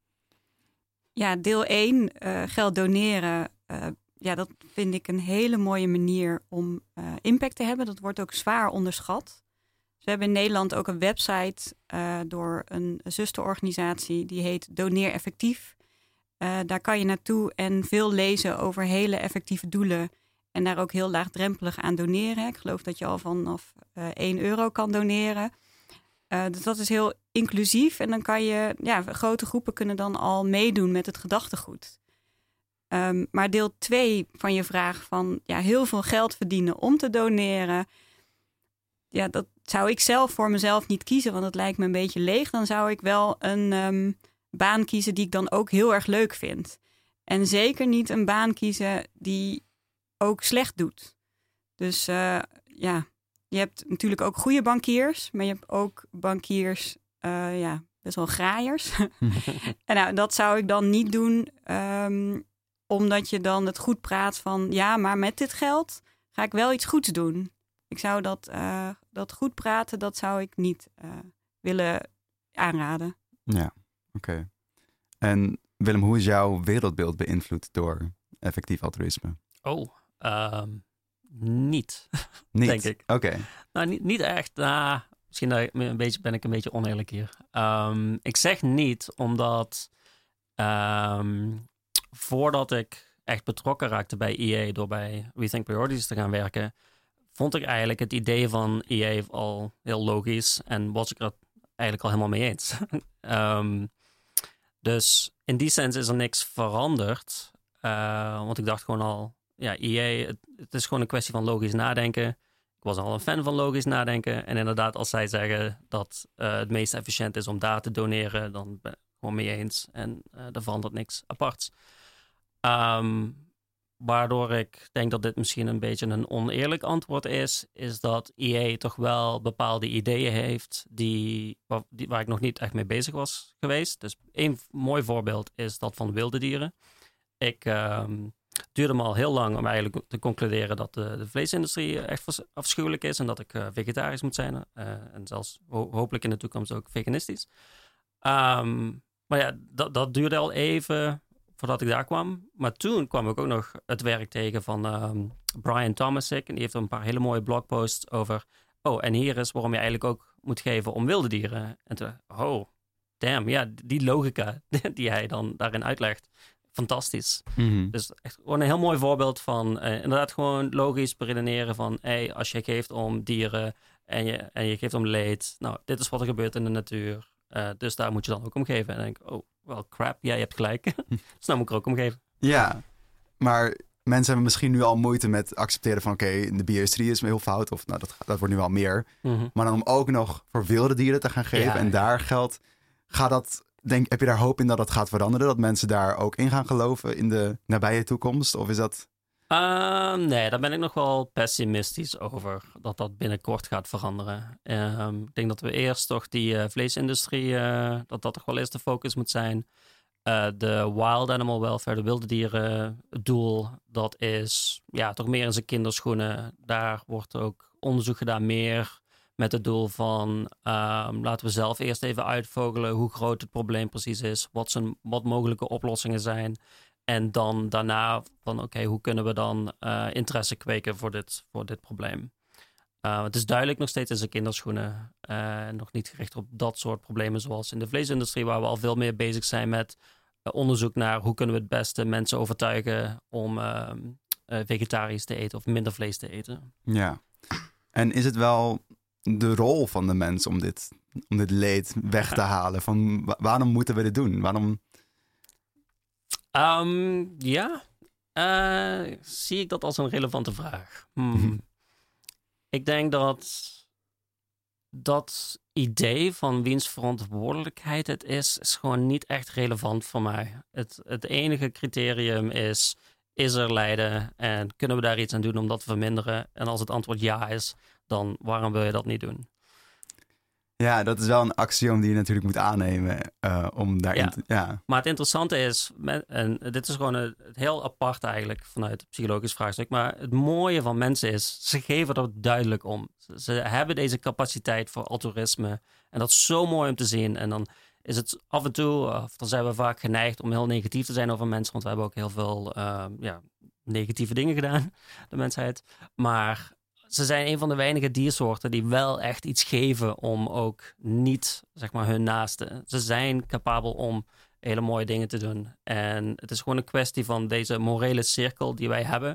Speaker 4: Ja, deel één, uh, geld doneren. Uh, ja, dat vind ik een hele mooie manier om uh, impact te hebben. Dat wordt ook zwaar onderschat. We hebben in Nederland ook een website uh, door een zusterorganisatie. Die heet Doneer Effectief. Uh, daar kan je naartoe en veel lezen over hele effectieve doelen. En daar ook heel laagdrempelig aan doneren. Ik geloof dat je al vanaf uh, één euro kan doneren. Uh, dus dat is heel inclusief. En dan kan je, ja, grote groepen kunnen dan al meedoen met het gedachtegoed. Um, maar deel twee van je vraag van ja, heel veel geld verdienen om te doneren. Ja, dat zou ik zelf voor mezelf niet kiezen, want het lijkt me een beetje leeg. Dan zou ik wel een um, baan kiezen die ik dan ook heel erg leuk vind. En zeker niet een baan kiezen die ook slecht doet. Dus uh, ja, je hebt natuurlijk ook goede bankiers, maar je hebt ook bankiers, uh, ja, best wel graaiers. En nou, dat zou ik dan niet doen, um, omdat je dan het goed praat van ja, maar met dit geld ga ik wel iets goeds doen. Ik zou dat, uh, dat goed praten, dat zou ik niet uh, willen aanraden.
Speaker 2: Ja, oké. Okay. En Willem, hoe is jouw wereldbeeld beïnvloed door effectief altruïsme?
Speaker 1: Oh, um, niet.
Speaker 2: Niet?
Speaker 1: Denk ik.
Speaker 2: Oké. Okay.
Speaker 1: Nou, niet, niet echt. Nou, misschien een beetje, ben ik een beetje oneerlijk hier. Um, ik zeg niet omdat um, voordat ik echt betrokken raakte bij E A door bij Rethink Priorities te gaan werken, vond ik eigenlijk het idee van E A al heel logisch en was ik er eigenlijk al helemaal mee eens. um, dus in die zin is er niks veranderd. Uh, want ik dacht gewoon al, ja, E A, het, het is gewoon een kwestie van logisch nadenken. Ik was al een fan van logisch nadenken. En inderdaad, als zij zeggen dat uh, het meest efficiënt is om daar te doneren, dan ben ik gewoon mee eens. En uh, er verandert niks aparts. Um, waardoor ik denk dat dit misschien een beetje een oneerlijk antwoord is, is dat E A toch wel bepaalde ideeën heeft die, waar, die, waar ik nog niet echt mee bezig was geweest. Dus één mooi voorbeeld is dat van wilde dieren. Ik um, duurde me al heel lang om eigenlijk te concluderen dat de, de vleesindustrie echt afschuwelijk is en dat ik uh, vegetarisch moet zijn. Uh, en zelfs ho- hopelijk in de toekomst ook veganistisch. Um, maar ja, dat, dat duurde al even voordat ik daar kwam. Maar toen kwam ik ook nog het werk tegen van um, Brian Thomasik. En die heeft een paar hele mooie blogposts over, oh, en hier is waarom je eigenlijk ook moet geven om wilde dieren. En toen, oh, damn, ja, die logica die hij dan daarin uitlegt. Fantastisch.
Speaker 2: Mm-hmm.
Speaker 1: Dus echt gewoon een heel mooi voorbeeld van uh, inderdaad gewoon logisch beredeneren van hey, als je geeft om dieren en je, en je geeft om leed, nou, dit is wat er gebeurt in de natuur. Uh, dus daar moet je dan ook om geven. En dan denk ik, oh, well, crap, ja, je hebt gelijk. Dus nou moet ik er ook om geven.
Speaker 2: Ja, maar mensen hebben misschien nu al moeite met accepteren van oké, okay, de bio-industrie is heel fout. Of nou, dat, dat wordt nu wel meer.
Speaker 1: Mm-hmm.
Speaker 2: Maar dan om ook nog voor wilde dieren te gaan geven
Speaker 1: ja,
Speaker 2: en daar geld, gaat dat... Denk, heb je daar hoop in dat dat gaat veranderen? Dat mensen daar ook in gaan geloven in de nabije toekomst? Of is dat...
Speaker 1: Uh, nee, daar ben ik nog wel pessimistisch over. Dat dat binnenkort gaat veranderen. Uh, ik denk dat we eerst toch die uh, vleesindustrie... Uh, dat dat toch wel eerst de focus moet zijn. Uh, de wild animal welfare, de wilde dieren doel... dat is ja, toch meer in zijn kinderschoenen. Daar wordt ook onderzoek gedaan meer... met het doel van um, laten we zelf eerst even uitvogelen hoe groot het probleem precies is, wat, zijn, wat mogelijke oplossingen zijn. En dan daarna van oké, okay, hoe kunnen we dan uh, interesse kweken voor dit, voor dit probleem. Uh, het is duidelijk nog steeds in zijn kinderschoenen. Uh, nog niet gericht op dat soort problemen zoals in de vleesindustrie, waar we al veel meer bezig zijn met uh, onderzoek naar hoe kunnen we het beste mensen overtuigen om uh, uh, vegetarisch te eten of minder vlees te eten.
Speaker 2: Ja, en is het wel de rol van de mens om dit, om dit leed weg te halen? Van wa- waarom moeten we dit doen? Waarom...
Speaker 1: Um, ja, uh, zie ik dat als een relevante vraag. Hmm. Mm-hmm. Ik denk dat dat idee van wiens verantwoordelijkheid het is, is gewoon niet echt relevant voor mij. Het, het enige criterium is, is er lijden en kunnen we daar iets aan doen om dat te verminderen? En als het antwoord ja is, dan waarom wil je dat niet doen?
Speaker 2: Ja, dat is wel een axioom die je natuurlijk moet aannemen uh, om daarin
Speaker 1: ja.
Speaker 2: te... Ja.
Speaker 1: Maar het interessante is, en dit is gewoon het heel apart eigenlijk vanuit het psychologisch vraagstuk, maar het mooie van mensen is, ze geven er duidelijk om. Ze, ze hebben deze capaciteit voor altruïsme en dat is zo mooi om te zien. En dan is het af en toe, of dan zijn we vaak geneigd om heel negatief te zijn over mensen, want we hebben ook heel veel uh, ja, negatieve dingen gedaan, de mensheid. Maar ze zijn een van de weinige diersoorten die wel echt iets geven om ook niet, zeg maar, hun naasten. Ze zijn capabel om hele mooie dingen te doen. En het is gewoon een kwestie van deze morele cirkel die wij hebben.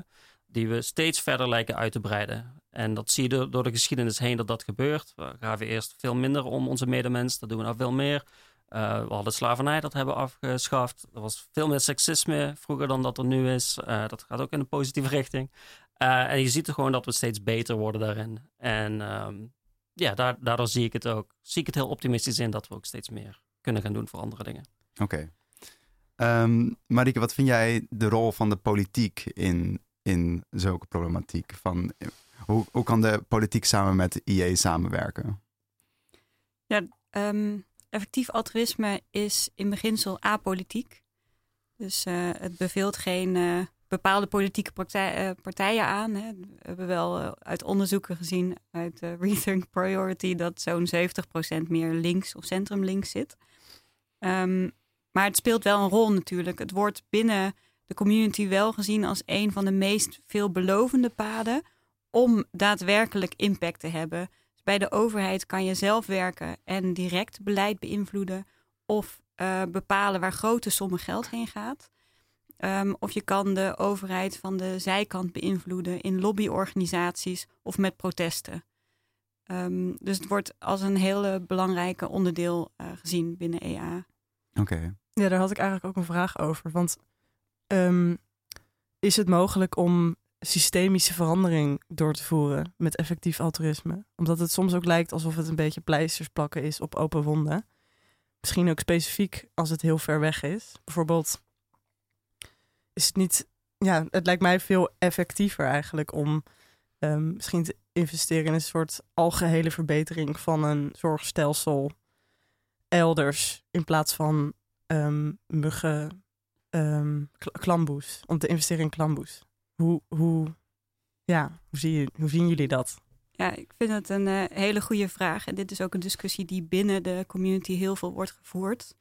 Speaker 1: die we steeds verder lijken uit te breiden. En dat zie je door, door de geschiedenis heen dat dat gebeurt. We gaven eerst veel minder om onze medemens, dat doen we nou veel meer. Uh, we hadden slavernij, dat hebben we afgeschaft. Er was veel meer seksisme vroeger dan dat er nu is. Uh, dat gaat ook in een positieve richting. Uh, en je ziet er gewoon dat we steeds beter worden daarin. En um, ja, daar, daardoor zie ik het ook. Zie ik het heel optimistisch in dat we ook steeds meer kunnen gaan doen voor andere dingen.
Speaker 2: Oké. Okay. Um, Marieke, wat vind jij de rol van de politiek in, in zulke problematiek? Van, hoe, hoe kan de politiek samen met de I E samenwerken?
Speaker 4: Ja, um, effectief altruïsme is in beginsel apolitiek. Dus uh, het beveelt geen uh, bepaalde politieke partij, uh, partijen aan. Hè. We hebben wel uh, uit onderzoeken gezien, uit uh, Rethink Priority, dat zo'n zeventig procent meer links of centrum-links zit. Um, maar het speelt wel een rol natuurlijk. Het wordt binnen de community wel gezien als een van de meest veelbelovende paden om daadwerkelijk impact te hebben. Dus bij de overheid kan je zelf werken en direct beleid beïnvloeden of uh, bepalen waar grote sommen geld heen gaat. Um, of je kan de overheid van de zijkant beïnvloeden in lobbyorganisaties of met protesten. Um, dus het wordt als een hele belangrijke onderdeel uh, gezien binnen E A.
Speaker 2: Oké. Okay.
Speaker 3: Ja, daar had ik eigenlijk ook een vraag over. Want um, is het mogelijk om systemische verandering door te voeren met effectief altruïsme? Omdat het soms ook lijkt alsof het een beetje pleisters plakken is op open wonden. Misschien ook specifiek als het heel ver weg is. Bijvoorbeeld is het niet... Ja, het lijkt mij veel effectiever eigenlijk om um, misschien te investeren in een soort algehele verbetering van een zorgstelsel elders in plaats van um, muggen um, klamboes. Om te investeren in klamboes. Hoe, hoe, ja, hoe, zie je, hoe zien jullie dat?
Speaker 4: Ja, ik vind het een uh, hele goede vraag. En dit is ook een discussie die binnen de community heel veel wordt gevoerd.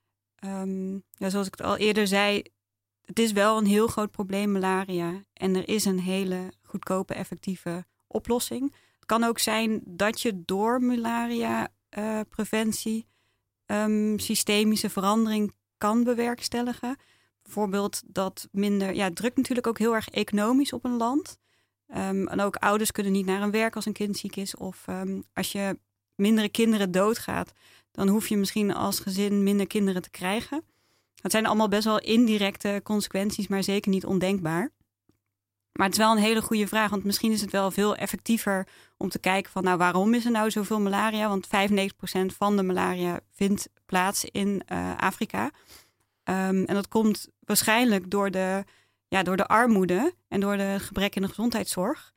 Speaker 4: Um, ja, zoals ik het al eerder zei, het is wel een heel groot probleem, malaria. En er is een hele goedkope, effectieve oplossing. Het kan ook zijn dat je door malaria-preventie uh, um, systemische verandering kan bewerkstelligen. Bijvoorbeeld dat minder... Ja, het drukt natuurlijk ook heel erg economisch op een land. Um, en ook ouders kunnen niet naar hun werk als een kind ziek is. Of um, als je mindere kinderen doodgaat, dan hoef je misschien als gezin minder kinderen te krijgen. Het zijn allemaal best wel indirecte consequenties, maar zeker niet ondenkbaar. Maar het is wel een hele goede vraag, want misschien is het wel veel effectiever om te kijken van, nou, waarom is er nou zoveel malaria? Want vijfennegentig procent van de malaria vindt plaats in uh, Afrika. Um, en dat komt waarschijnlijk door de, ja, door de armoede en door de gebrek in de gezondheidszorg.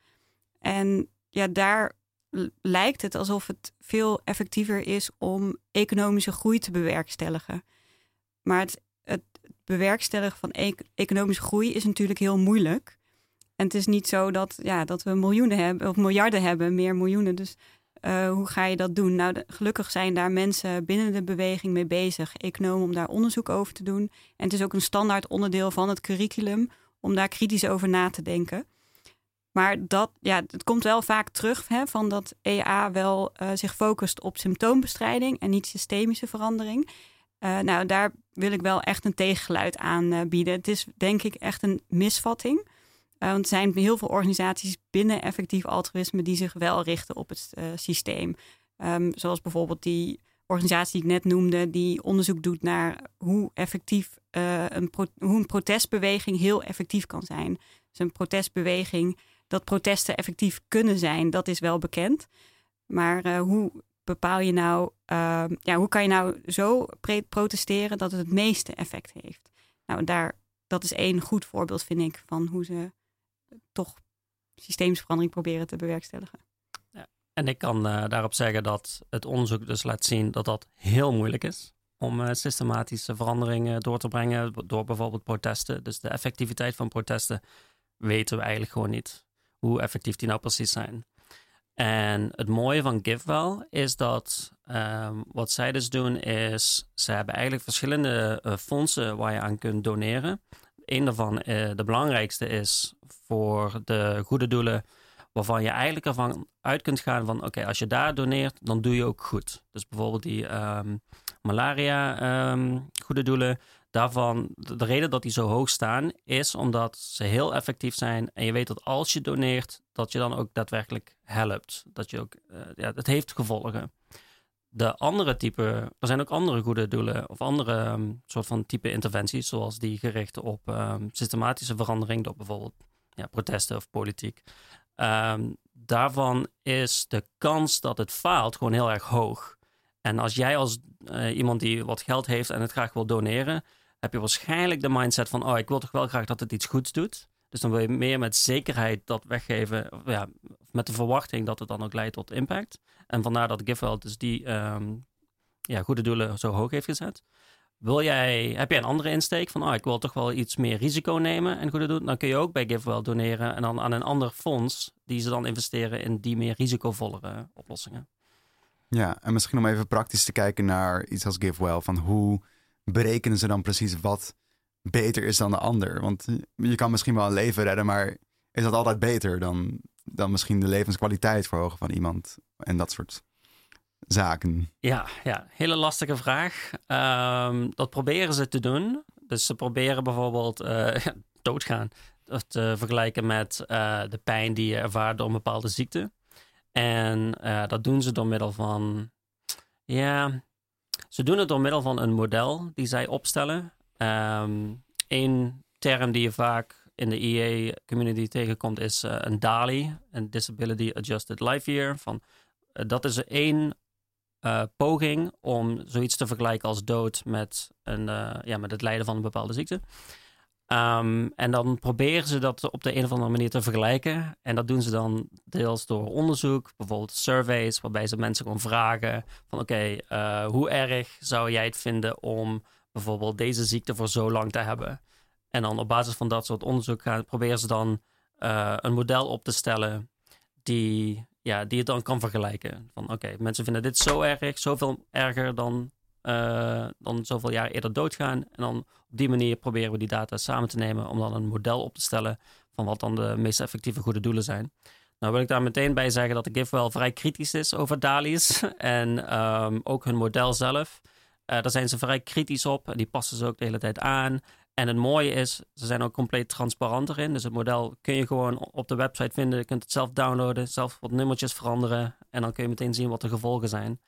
Speaker 4: En ja, daar l- lijkt het alsof het veel effectiever is om economische groei te bewerkstelligen. Maar het, het bewerkstelligen van e- economische groei is natuurlijk heel moeilijk. En het is niet zo dat, ja, dat we miljoenen hebben of miljarden hebben, meer miljoenen. Dus uh, hoe ga je dat doen? Nou, de, gelukkig zijn daar mensen binnen de beweging mee bezig, economen, om daar onderzoek over te doen. En het is ook een standaard onderdeel van het curriculum om daar kritisch over na te denken. Maar dat, ja, het komt wel vaak terug, hè, van dat E A wel uh, zich focust op symptoombestrijding en niet systemische verandering. Uh, nou, daar wil ik wel echt een tegengeluid aan uh, bieden. Het is denk ik echt een misvatting. Uh, want er zijn heel veel organisaties binnen effectief altruïsme die zich wel richten op het uh, systeem. Um, zoals bijvoorbeeld die organisatie die ik net noemde, die onderzoek doet naar hoe effectief uh, een, pro- hoe een protestbeweging heel effectief kan zijn. Dus een protestbeweging, dat protesten effectief kunnen zijn, dat is wel bekend. Maar uh, hoe bepaal je nou, uh, ja, hoe kan je nou zo pre- protesteren dat het het meeste effect heeft? Nou, daar, dat is één goed voorbeeld, vind ik, van hoe ze toch systemische verandering proberen te bewerkstelligen.
Speaker 1: Ja, en ik kan uh, daarop zeggen dat het onderzoek dus laat zien dat dat heel moeilijk is om uh, systematische veranderingen door te brengen door bijvoorbeeld protesten. Dus de effectiviteit van protesten weten we eigenlijk gewoon niet hoe effectief die nou precies zijn. En het mooie van GiveWell is dat um, wat zij dus doen is, ze hebben eigenlijk verschillende uh, fondsen waar je aan kunt doneren. Eén daarvan, uh, de belangrijkste is voor de goede doelen, waarvan je eigenlijk ervan uit kunt gaan van, oké, okay, als je daar doneert, dan doe je ook goed. Dus bijvoorbeeld die um, malaria um, goede doelen, daarvan, de, de reden dat die zo hoog staan, is omdat ze heel effectief zijn. En je weet dat als je doneert, dat je dan ook daadwerkelijk helpt. Dat je ook, uh, ja, het heeft gevolgen. De andere type, er zijn ook andere goede doelen of andere um, soort van type interventies, zoals die gericht op um, systematische verandering door bijvoorbeeld ja, protesten of politiek. Um, daarvan is de kans dat het faalt gewoon heel erg hoog. En als jij als uh, iemand die wat geld heeft en het graag wil doneren, heb je waarschijnlijk de mindset van, oh, ik wil toch wel graag dat het iets goeds doet. Dus dan wil je meer met zekerheid dat weggeven, of ja, met de verwachting dat het dan ook leidt tot impact. En vandaar dat GiveWell dus die um, ja, goede doelen zo hoog heeft gezet. Wil jij, heb jij een andere insteek van, oh, ik wil toch wel iets meer risico nemen en goede doen, dan kun je ook bij GiveWell doneren en dan aan een ander fonds die ze dan investeren in die meer risicovollere oplossingen.
Speaker 2: Ja, en misschien om even praktisch te kijken naar iets als GiveWell, van hoe berekenen ze dan precies wat beter is dan de ander? Want je kan misschien wel een leven redden, maar is dat altijd beter dan, dan misschien de levenskwaliteit verhogen van iemand en dat soort zaken?
Speaker 1: Ja, ja, hele lastige vraag. Um, dat proberen ze te doen. Dus ze proberen bijvoorbeeld uh, doodgaan te vergelijken met uh, de pijn die je ervaart door een bepaalde ziekte. En uh, dat doen ze door middel van, ja, ze doen het door middel van een model die zij opstellen. Um, Eén term die je vaak in de E A-community tegenkomt is uh, een D A L I, een Disability Adjusted Life Year. Van, uh, dat is één uh, poging om zoiets te vergelijken als dood met, een, uh, ja, met het lijden van een bepaalde ziekte. Um, en dan proberen ze dat op de een of andere manier te vergelijken. En dat doen ze dan deels door onderzoek, bijvoorbeeld surveys, waarbij ze mensen gewoon vragen van oké, okay, uh, hoe erg zou jij het vinden om bijvoorbeeld deze ziekte voor zo lang te hebben? En dan op basis van dat soort onderzoek gaan, proberen ze dan uh, een model op te stellen die, ja, die het dan kan vergelijken. Van oké, okay, mensen vinden dit zo erg, zoveel erger dan, uh, dan zoveel jaar eerder doodgaan. En dan op die manier proberen we die data samen te nemen om dan een model op te stellen van wat dan de meest effectieve goede doelen zijn. Nou wil ik daar meteen bij zeggen dat de GiveWell vrij kritisch is over D A L I's en um, ook hun model zelf. Uh, daar zijn ze vrij kritisch op en die passen ze ook de hele tijd aan. En het mooie is, ze zijn ook compleet transparant erin. Dus het model kun je gewoon op de website vinden. Je kunt het zelf downloaden, zelf wat nummertjes veranderen. En dan kun je meteen zien wat de gevolgen zijn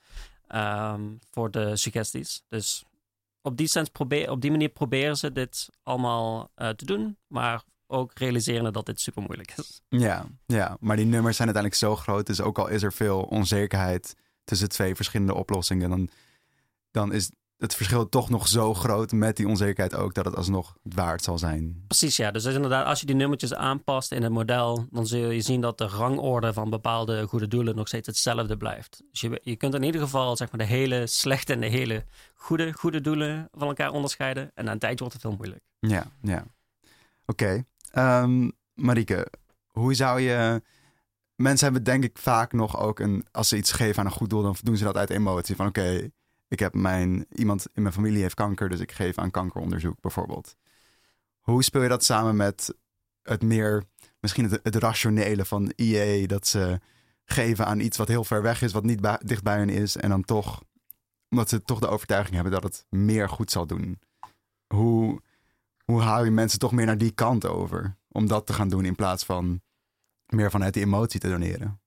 Speaker 1: um, voor de suggesties. Dus op die, sens probeer, op die manier proberen ze dit allemaal uh, te doen. Maar ook realiseren dat dit super moeilijk is.
Speaker 2: Ja, ja, maar die nummers zijn uiteindelijk zo groot. Dus ook al is er veel onzekerheid tussen twee verschillende oplossingen, dan, dan is het verschil toch nog zo groot met die onzekerheid ook, dat het alsnog het waard zal zijn.
Speaker 1: Precies, ja. Dus inderdaad, als je die nummertjes aanpast in het model, dan zul je zien dat de rangorde van bepaalde goede doelen nog steeds hetzelfde blijft. Dus je, je kunt in ieder geval zeg maar de hele slechte en de hele goede, goede doelen van elkaar onderscheiden. En na een tijdje wordt het heel moeilijk.
Speaker 2: Ja, ja. Oké. Okay. Um, Marieke, hoe zou je... Mensen hebben denk ik vaak nog ook een... Als ze iets geven aan een goed doel, dan doen ze dat uit emotie. Van oké, okay, ik heb mijn... Iemand in mijn familie heeft kanker, dus ik geef aan kankeronderzoek bijvoorbeeld. Hoe speel je dat samen met het meer... Misschien het, het rationele van E A, dat ze geven aan iets wat heel ver weg is, wat niet bij, dicht bij hen is. En dan toch... Omdat ze toch de overtuiging hebben dat het meer goed zal doen. Hoe... Hoe hou je mensen toch meer naar die kant over? Om dat te gaan doen in plaats van meer vanuit die emotie te doneren.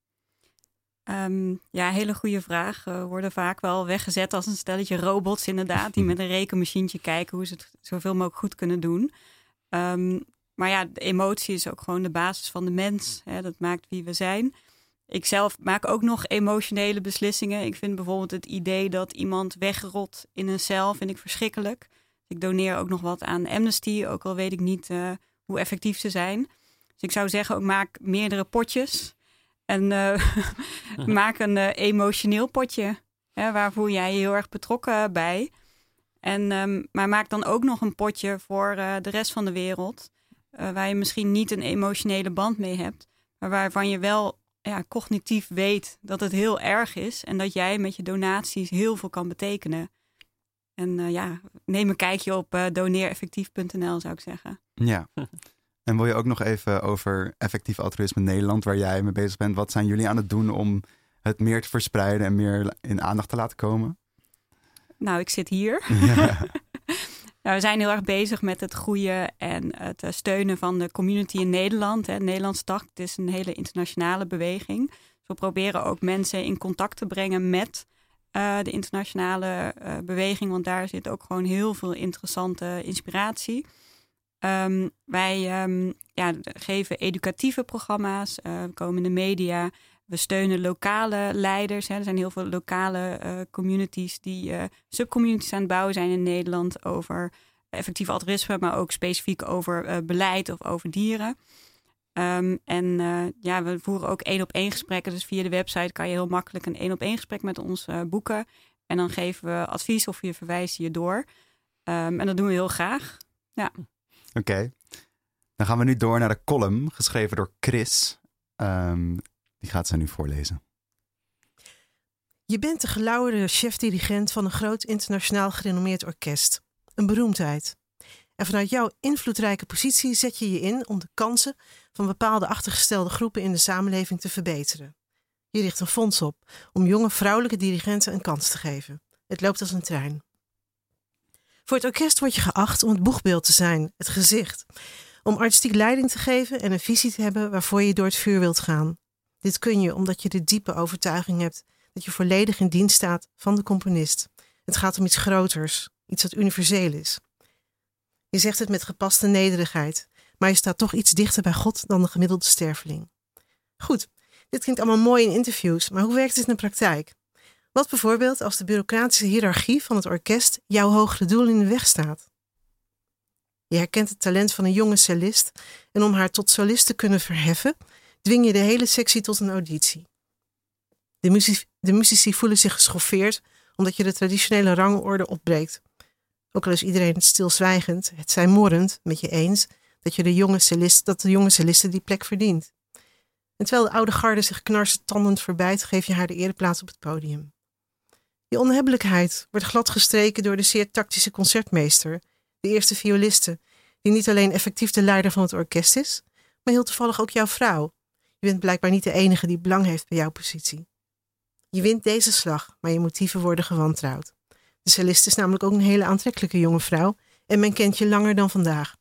Speaker 4: Um, ja, hele goede vraag. We worden vaak wel weggezet als een stelletje robots inderdaad. Die met een rekenmachientje kijken hoe ze het zoveel mogelijk goed kunnen doen. Um, maar ja, de emotie is ook gewoon de basis van de mens. Hè? Dat maakt wie we zijn. Ik zelf maak ook nog emotionele beslissingen. Ik vind bijvoorbeeld het idee dat iemand wegrot in een cel, vind ik verschrikkelijk. Ik doneer ook nog wat aan Amnesty, ook al weet ik niet uh, hoe effectief ze zijn. Dus ik zou zeggen, ook maak meerdere potjes. En uh, maak een uh, emotioneel potje. Hè, waar voel jij je heel erg betrokken bij. En, um, maar maak dan ook nog een potje voor uh, de rest van de wereld. Uh, waar je misschien niet een emotionele band mee hebt. Maar waarvan je wel ja, cognitief weet dat het heel erg is. En dat jij met je donaties heel veel kan betekenen. En uh, ja, neem een kijkje op uh, doneereffectief punt n l zou ik zeggen.
Speaker 2: Ja. En wil je ook nog even over Effectief Altruïsme Nederland, waar jij mee bezig bent. Wat zijn jullie aan het doen om het meer te verspreiden en meer in aandacht te laten komen?
Speaker 4: Nou, ik zit hier.
Speaker 2: Ja.
Speaker 4: Nou, we zijn heel erg bezig met het groeien en het steunen van de community in Nederland. Hè. Nederlands tak, het is een hele internationale beweging. Dus we proberen ook mensen in contact te brengen met uh, de internationale uh, beweging. Want daar zit ook gewoon heel veel interessante inspiratie. Um, wij um, ja, geven educatieve programma's, uh, we komen in de media. We steunen lokale leiders. Hè. Er zijn heel veel lokale uh, communities die uh, subcommunities aan het bouwen zijn in Nederland over effectief altruïsme, maar ook specifiek over uh, beleid of over dieren. Um, en uh, ja, we voeren ook één op één gesprekken. Dus via de website kan je heel makkelijk een één op één gesprek met ons uh, boeken. En dan geven we advies of je verwijst je door. Um, en dat doen we heel graag. Ja.
Speaker 2: Oké. Okay. Dan gaan we nu door naar de column, geschreven door Chris. Um, die gaat ze nu voorlezen.
Speaker 5: Je bent de gelauwerde chef-dirigent van een groot internationaal gerenommeerd orkest. Een beroemdheid. En vanuit jouw invloedrijke positie zet je je in om de kansen van bepaalde achtergestelde groepen in de samenleving te verbeteren. Je richt een fonds op om jonge vrouwelijke dirigenten een kans te geven. Het loopt als een trein. Voor het orkest word je geacht om het boegbeeld te zijn, het gezicht. Om artistiek leiding te geven en een visie te hebben waarvoor je door het vuur wilt gaan. Dit kun je omdat je de diepe overtuiging hebt dat je volledig in dienst staat van de componist. Het gaat om iets groters, iets wat universeel is. Je zegt het met gepaste nederigheid, maar je staat toch iets dichter bij God dan de gemiddelde sterveling. Goed, dit klinkt allemaal mooi in interviews, maar hoe werkt het in de praktijk? Wat bijvoorbeeld als de bureaucratische hiërarchie van het orkest jouw hogere doel in de weg staat? Je herkent het talent van een jonge cellist en om haar tot solist te kunnen verheffen, dwing je de hele sectie tot een auditie. De muzici, de muzici voelen zich geschoffeerd omdat je de traditionele rangorde opbreekt. Ook al is iedereen het stilzwijgend, het zij morrend, met je eens dat, je de jonge cellist, dat de jonge celliste die plek verdient. En terwijl de oude garde zich knarsetandend verbijt, geef je haar de ereplaats op het podium. Je onhebbelijkheid wordt glad gestreken door de zeer tactische concertmeester, de eerste violiste, die niet alleen effectief de leider van het orkest is, maar heel toevallig ook jouw vrouw. Je bent blijkbaar niet de enige die belang heeft bij jouw positie. Je wint deze slag, maar je motieven worden gewantrouwd. De cellist is namelijk ook een hele aantrekkelijke jonge vrouw en men kent je langer dan vandaag.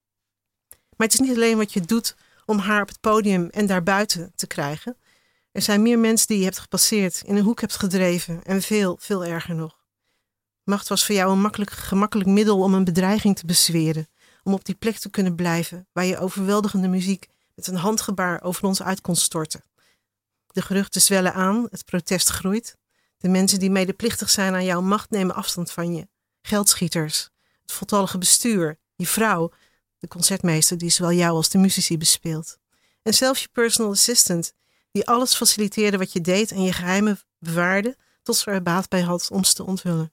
Speaker 5: Maar het is niet alleen wat je doet om haar op het podium en daarbuiten te krijgen. Er zijn meer mensen die je hebt gepasseerd, in een hoek hebt gedreven en veel, veel erger nog. Macht was voor jou een makkelijk, gemakkelijk middel om een bedreiging te bezweren, om op die plek te kunnen blijven waar je overweldigende muziek met een handgebaar over ons uit kon storten. De geruchten zwellen aan, het protest groeit. De mensen die medeplichtig zijn aan jouw macht nemen afstand van je. Geldschieters, het voltallige bestuur, je vrouw, de concertmeester die zowel jou als de muzici bespeelt. En zelfs je personal assistant, die alles faciliteerde wat je deed en je geheimen bewaarde tot ze er baat bij had om ze te onthullen.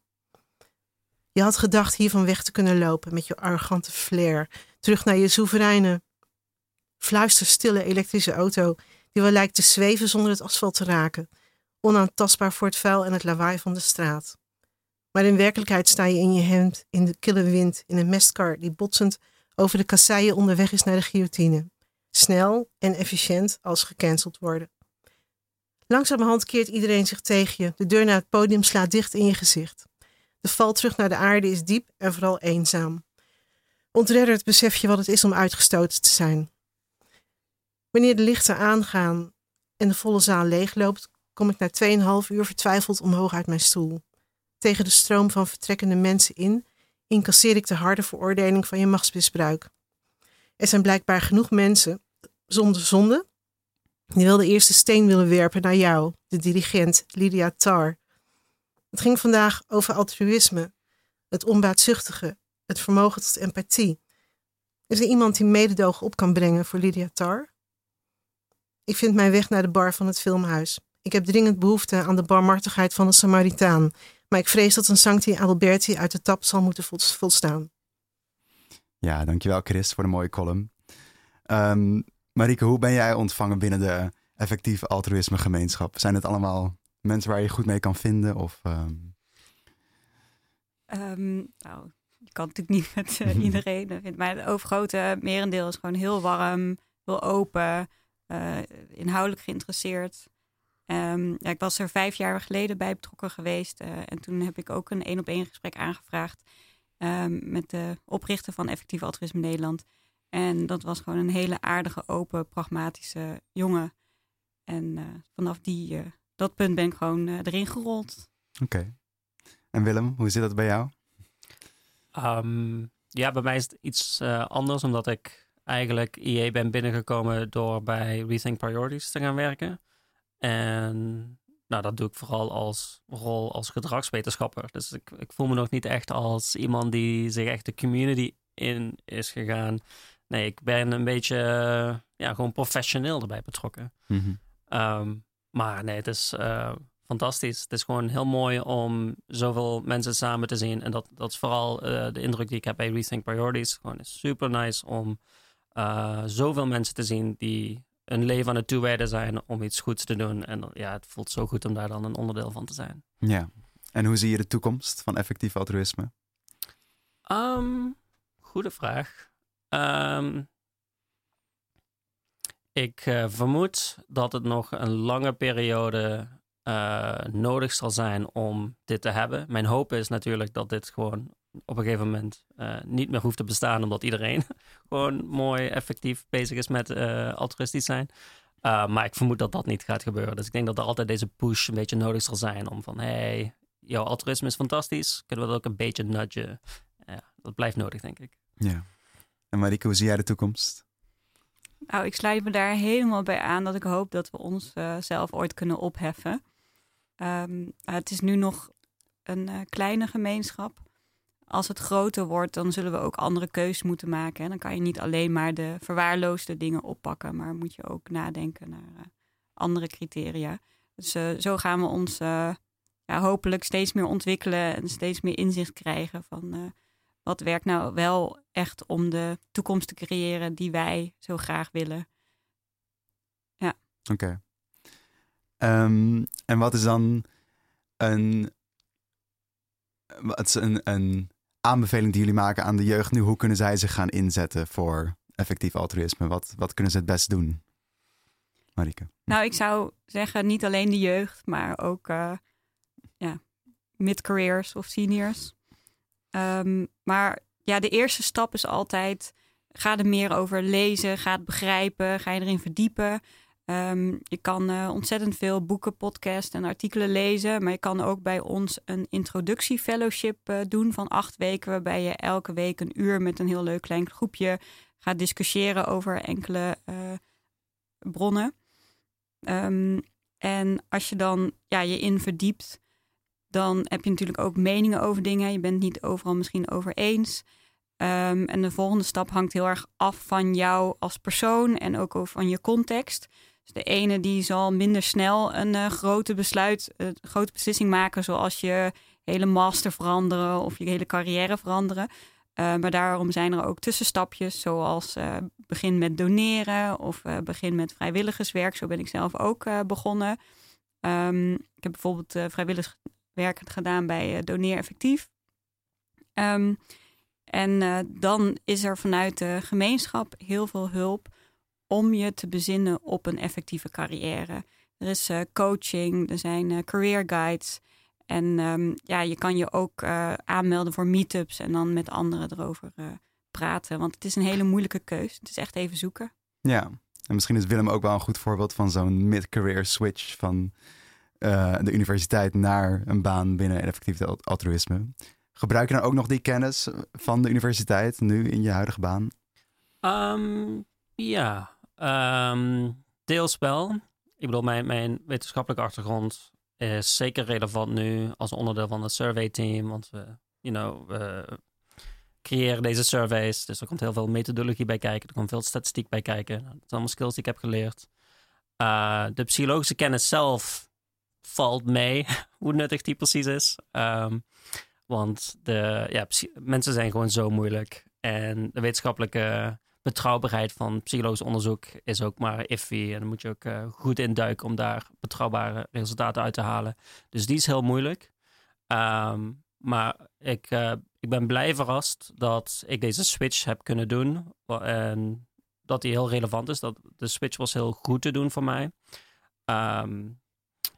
Speaker 5: Je had gedacht hiervan weg te kunnen lopen met je arrogante flair, terug naar je soevereine, fluisterstille elektrische auto die wel lijkt te zweven zonder het asfalt te raken, onaantastbaar voor het vuil en het lawaai van de straat. Maar in werkelijkheid sta je in je hemd, in de kille wind, in een mestkar die botsend over de kasseien onderweg is naar de guillotine. Snel en efficiënt als gecanceld worden. Langzamerhand keert iedereen zich tegen je. De deur naar het podium slaat dicht in je gezicht. De val terug naar de aarde is diep en vooral eenzaam. Ontredderd besef je wat het is om uitgestoten te zijn. Wanneer de lichten aangaan en de volle zaal leegloopt, kom ik na tweeënhalf uur vertwijfeld omhoog uit mijn stoel. Tegen de stroom van vertrekkende mensen in, incasseer ik de harde veroordeling van je machtsmisbruik. Er zijn blijkbaar genoeg mensen, zonder zonde, die wel de eerste steen willen werpen naar jou, de dirigent Lydia Tarr. Het ging vandaag over altruïsme, het onbaatzuchtige, het vermogen tot empathie. Is er iemand die mededogen op kan brengen voor Lydia Tarr? Ik vind mijn weg naar de bar van het filmhuis. Ik heb dringend behoefte aan de barmhartigheid van een Samaritaan, maar ik vrees dat een Sancti Alberti uit de tap zal moeten volstaan.
Speaker 2: Ja, dankjewel Chris voor de mooie column. Um, Marieke, hoe ben jij ontvangen binnen de effectieve altruïsme gemeenschap? Zijn het allemaal mensen waar je goed mee kan vinden? Of, um...
Speaker 4: Um, nou, je kan natuurlijk niet met uh, iedereen. Maar het overgrote merendeel is gewoon heel warm, heel open, uh, inhoudelijk geïnteresseerd. Um, ja, ik was er vijf jaar geleden bij betrokken geweest. Uh, en toen heb ik ook een één op één gesprek aangevraagd. Um, met de oprichter van Effectief Altruïsme Nederland. En dat was gewoon een hele aardige, open, pragmatische jongen. En uh, vanaf die, uh, dat punt ben ik gewoon uh, erin gerold.
Speaker 2: Oké. Okay. En Willem, hoe zit dat bij jou?
Speaker 1: Um, ja, bij mij is het iets uh, anders, omdat ik eigenlijk I E ben binnengekomen door bij Rethink Priorities te gaan werken. En nou, dat doe ik vooral als rol als gedragswetenschapper. Dus ik, ik voel me nog niet echt als iemand die zich echt de community in is gegaan. Nee, ik ben een beetje uh, ja, gewoon professioneel erbij betrokken. Mm-hmm. Um, maar nee, het is uh, fantastisch. Het is gewoon heel mooi om zoveel mensen samen te zien. En dat, dat is vooral uh, de indruk die ik heb bij Rethink Priorities. Gewoon is super nice om uh, zoveel mensen te zien die een leven aan het toewijden zijn om iets goeds te doen. En ja, het voelt zo goed om daar dan een onderdeel van te zijn.
Speaker 2: Ja. En hoe zie je de toekomst van effectief altruïsme?
Speaker 1: Um, goede vraag. Um, ik uh, vermoed dat het nog een lange periode uh, nodig zal zijn om dit te hebben. Mijn hoop is natuurlijk dat dit gewoon op een gegeven moment uh, niet meer hoeft te bestaan, omdat iedereen gewoon mooi effectief bezig is met uh, altruïstisch zijn. Uh, maar ik vermoed dat dat niet gaat gebeuren. Dus ik denk dat er altijd deze push een beetje nodig zal zijn om van, hey, jouw altruïsme is fantastisch. Kunnen we dat ook een beetje nudgen? Ja, dat blijft nodig, denk ik.
Speaker 2: Ja. En Marieke, hoe zie jij de toekomst?
Speaker 4: Nou, ik sluit me daar helemaal bij aan dat ik hoop dat we ons uh, zelf ooit kunnen opheffen. Um, uh, het is nu nog een uh, kleine gemeenschap. Als het groter wordt, dan zullen we ook andere keuzes moeten maken. En dan kan je niet alleen maar de verwaarloosde dingen oppakken, maar moet je ook nadenken naar uh, andere criteria. Dus uh, zo gaan we ons uh, ja, hopelijk steeds meer ontwikkelen en steeds meer inzicht krijgen van uh, wat werkt nou wel echt om de toekomst te creëren die wij zo graag willen. Ja.
Speaker 2: Oké. Okay. Um, en wat is dan een, wat is een, een aanbeveling die jullie maken aan de jeugd nu? Hoe kunnen zij zich gaan inzetten voor effectief altruïsme? Wat, wat kunnen ze het best doen? Marieke.
Speaker 4: Nou, ik zou zeggen niet alleen de jeugd, maar ook uh, ja, mid-careers of seniors. Um, maar ja, de eerste stap is altijd, ga er meer over lezen, ga het begrijpen, ga je erin verdiepen. Um, je kan uh, ontzettend veel boeken, podcasts en artikelen lezen. Maar je kan ook bij ons een introductiefellowship uh, doen van acht weken. Waarbij je elke week een uur met een heel leuk klein groepje gaat discussiëren over enkele uh, bronnen. Um, en als je dan ja, je in verdiept, dan heb je natuurlijk ook meningen over dingen. Je bent het niet overal misschien over eens. Um, en de volgende stap hangt heel erg af van jou als persoon en ook over van je context. Dus de ene die zal minder snel een uh, grote besluit, uh, grote beslissing maken, zoals je hele master veranderen of je hele carrière veranderen. Uh, maar daarom zijn er ook tussenstapjes, zoals uh, begin met doneren of uh, begin met vrijwilligerswerk. Zo ben ik zelf ook uh, begonnen. Um, ik heb bijvoorbeeld uh, vrijwilligerswerk gedaan bij uh, Doneer Effectief. Um, en uh, dan is er vanuit de gemeenschap heel veel hulp om je te bezinnen op een effectieve carrière. Er is uh, coaching, er zijn uh, career guides. En um, ja, je kan je ook uh, aanmelden voor meetups en dan met anderen erover uh, praten. Want het is een hele moeilijke keus. Het is echt even zoeken.
Speaker 2: Ja, en misschien is Willem ook wel een goed voorbeeld van zo'n mid-career switch van uh, de universiteit naar een baan binnen effectief altruïsme. Gebruik je dan ook nog die kennis van de universiteit nu in je huidige baan?
Speaker 1: Um, ja, um, deels wel. Ik bedoel, mijn, mijn wetenschappelijke achtergrond is zeker relevant nu als onderdeel van het survey team. Want we, you know, we creëren deze surveys. Dus er komt heel veel methodologie bij kijken. Er komt veel statistiek bij kijken. Dat zijn allemaal skills die ik heb geleerd. Uh, de psychologische kennis zelf valt mee. Hoe nuttig die precies is. Um, Want de, ja, mensen zijn gewoon zo moeilijk. En de wetenschappelijke betrouwbaarheid van psychologisch onderzoek is ook maar iffy. En dan moet je ook uh, goed induiken om daar betrouwbare resultaten uit te halen. Dus die is heel moeilijk. Um, maar ik, uh, ik ben blij verrast dat ik deze switch heb kunnen doen. En dat die heel relevant is. Dat de switch was heel goed te doen voor mij. Um,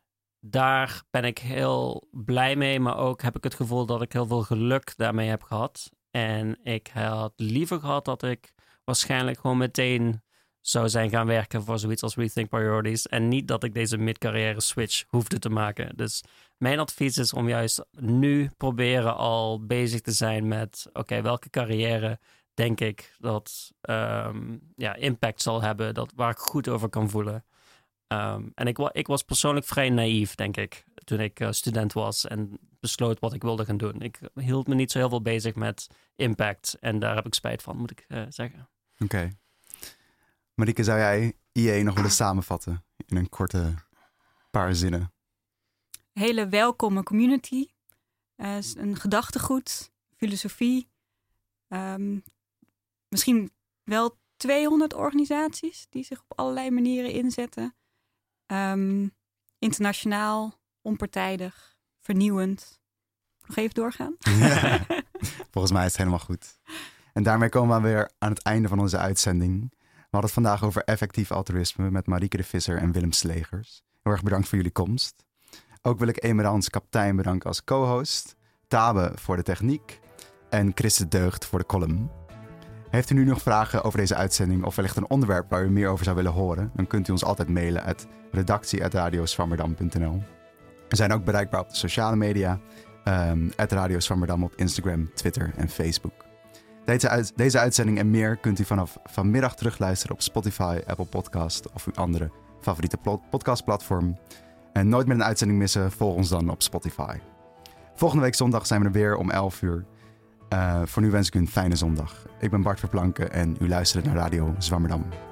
Speaker 1: daar ben ik heel blij mee, maar ook heb ik het gevoel dat ik heel veel geluk daarmee heb gehad. En ik had liever gehad dat ik waarschijnlijk gewoon meteen zou zijn gaan werken voor zoiets als Rethink Priorities. En niet dat ik deze mid-carrière switch hoefde te maken. Dus mijn advies is om juist nu proberen al bezig te zijn met, oké, okay, welke carrière denk ik dat um, ja, impact zal hebben, dat, waar ik goed over kan voelen. Um, en ik, ik was persoonlijk vrij naïef, denk ik, toen ik uh, student was en besloot wat ik wilde gaan doen. Ik hield me niet zo heel veel bezig met impact en daar heb ik spijt van, moet ik uh, zeggen.
Speaker 2: Oké. Okay. Marieke, zou jij I E nog willen samenvatten in een korte paar zinnen?
Speaker 4: Hele welkome community, uh, een gedachtegoed, filosofie, um, misschien wel tweehonderd organisaties die zich op allerlei manieren inzetten. Um, internationaal, onpartijdig, vernieuwend. Nog even doorgaan?
Speaker 2: Ja, volgens mij is het helemaal goed. En daarmee komen we weer aan het einde van onze uitzending. We hadden het vandaag over effectief altruïsme met Marieke de Visser en Willem Slegers. Heel erg bedankt voor jullie komst. Ook wil ik Emerans kapitein bedanken als co-host, Tabe voor de techniek en Chris de Deugd voor de column. Heeft u nu nog vragen over deze uitzending of wellicht een onderwerp waar u meer over zou willen horen, dan kunt u ons altijd mailen at redactie at radioswammerdam punt n l. We zijn ook bereikbaar op de sociale media, um, at Radio Zwammerdam op Instagram, Twitter en Facebook. Deze, uit, deze uitzending en meer kunt u vanaf vanmiddag terugluisteren op Spotify, Apple Podcast of uw andere favoriete podcastplatform. En nooit meer een uitzending missen, volg ons dan op Spotify. Volgende week zondag zijn we er weer om elf uur. Uh, voor nu wens ik u een fijne zondag. Ik ben Bart Verplanken en u luistert naar Radio Zwammerdam.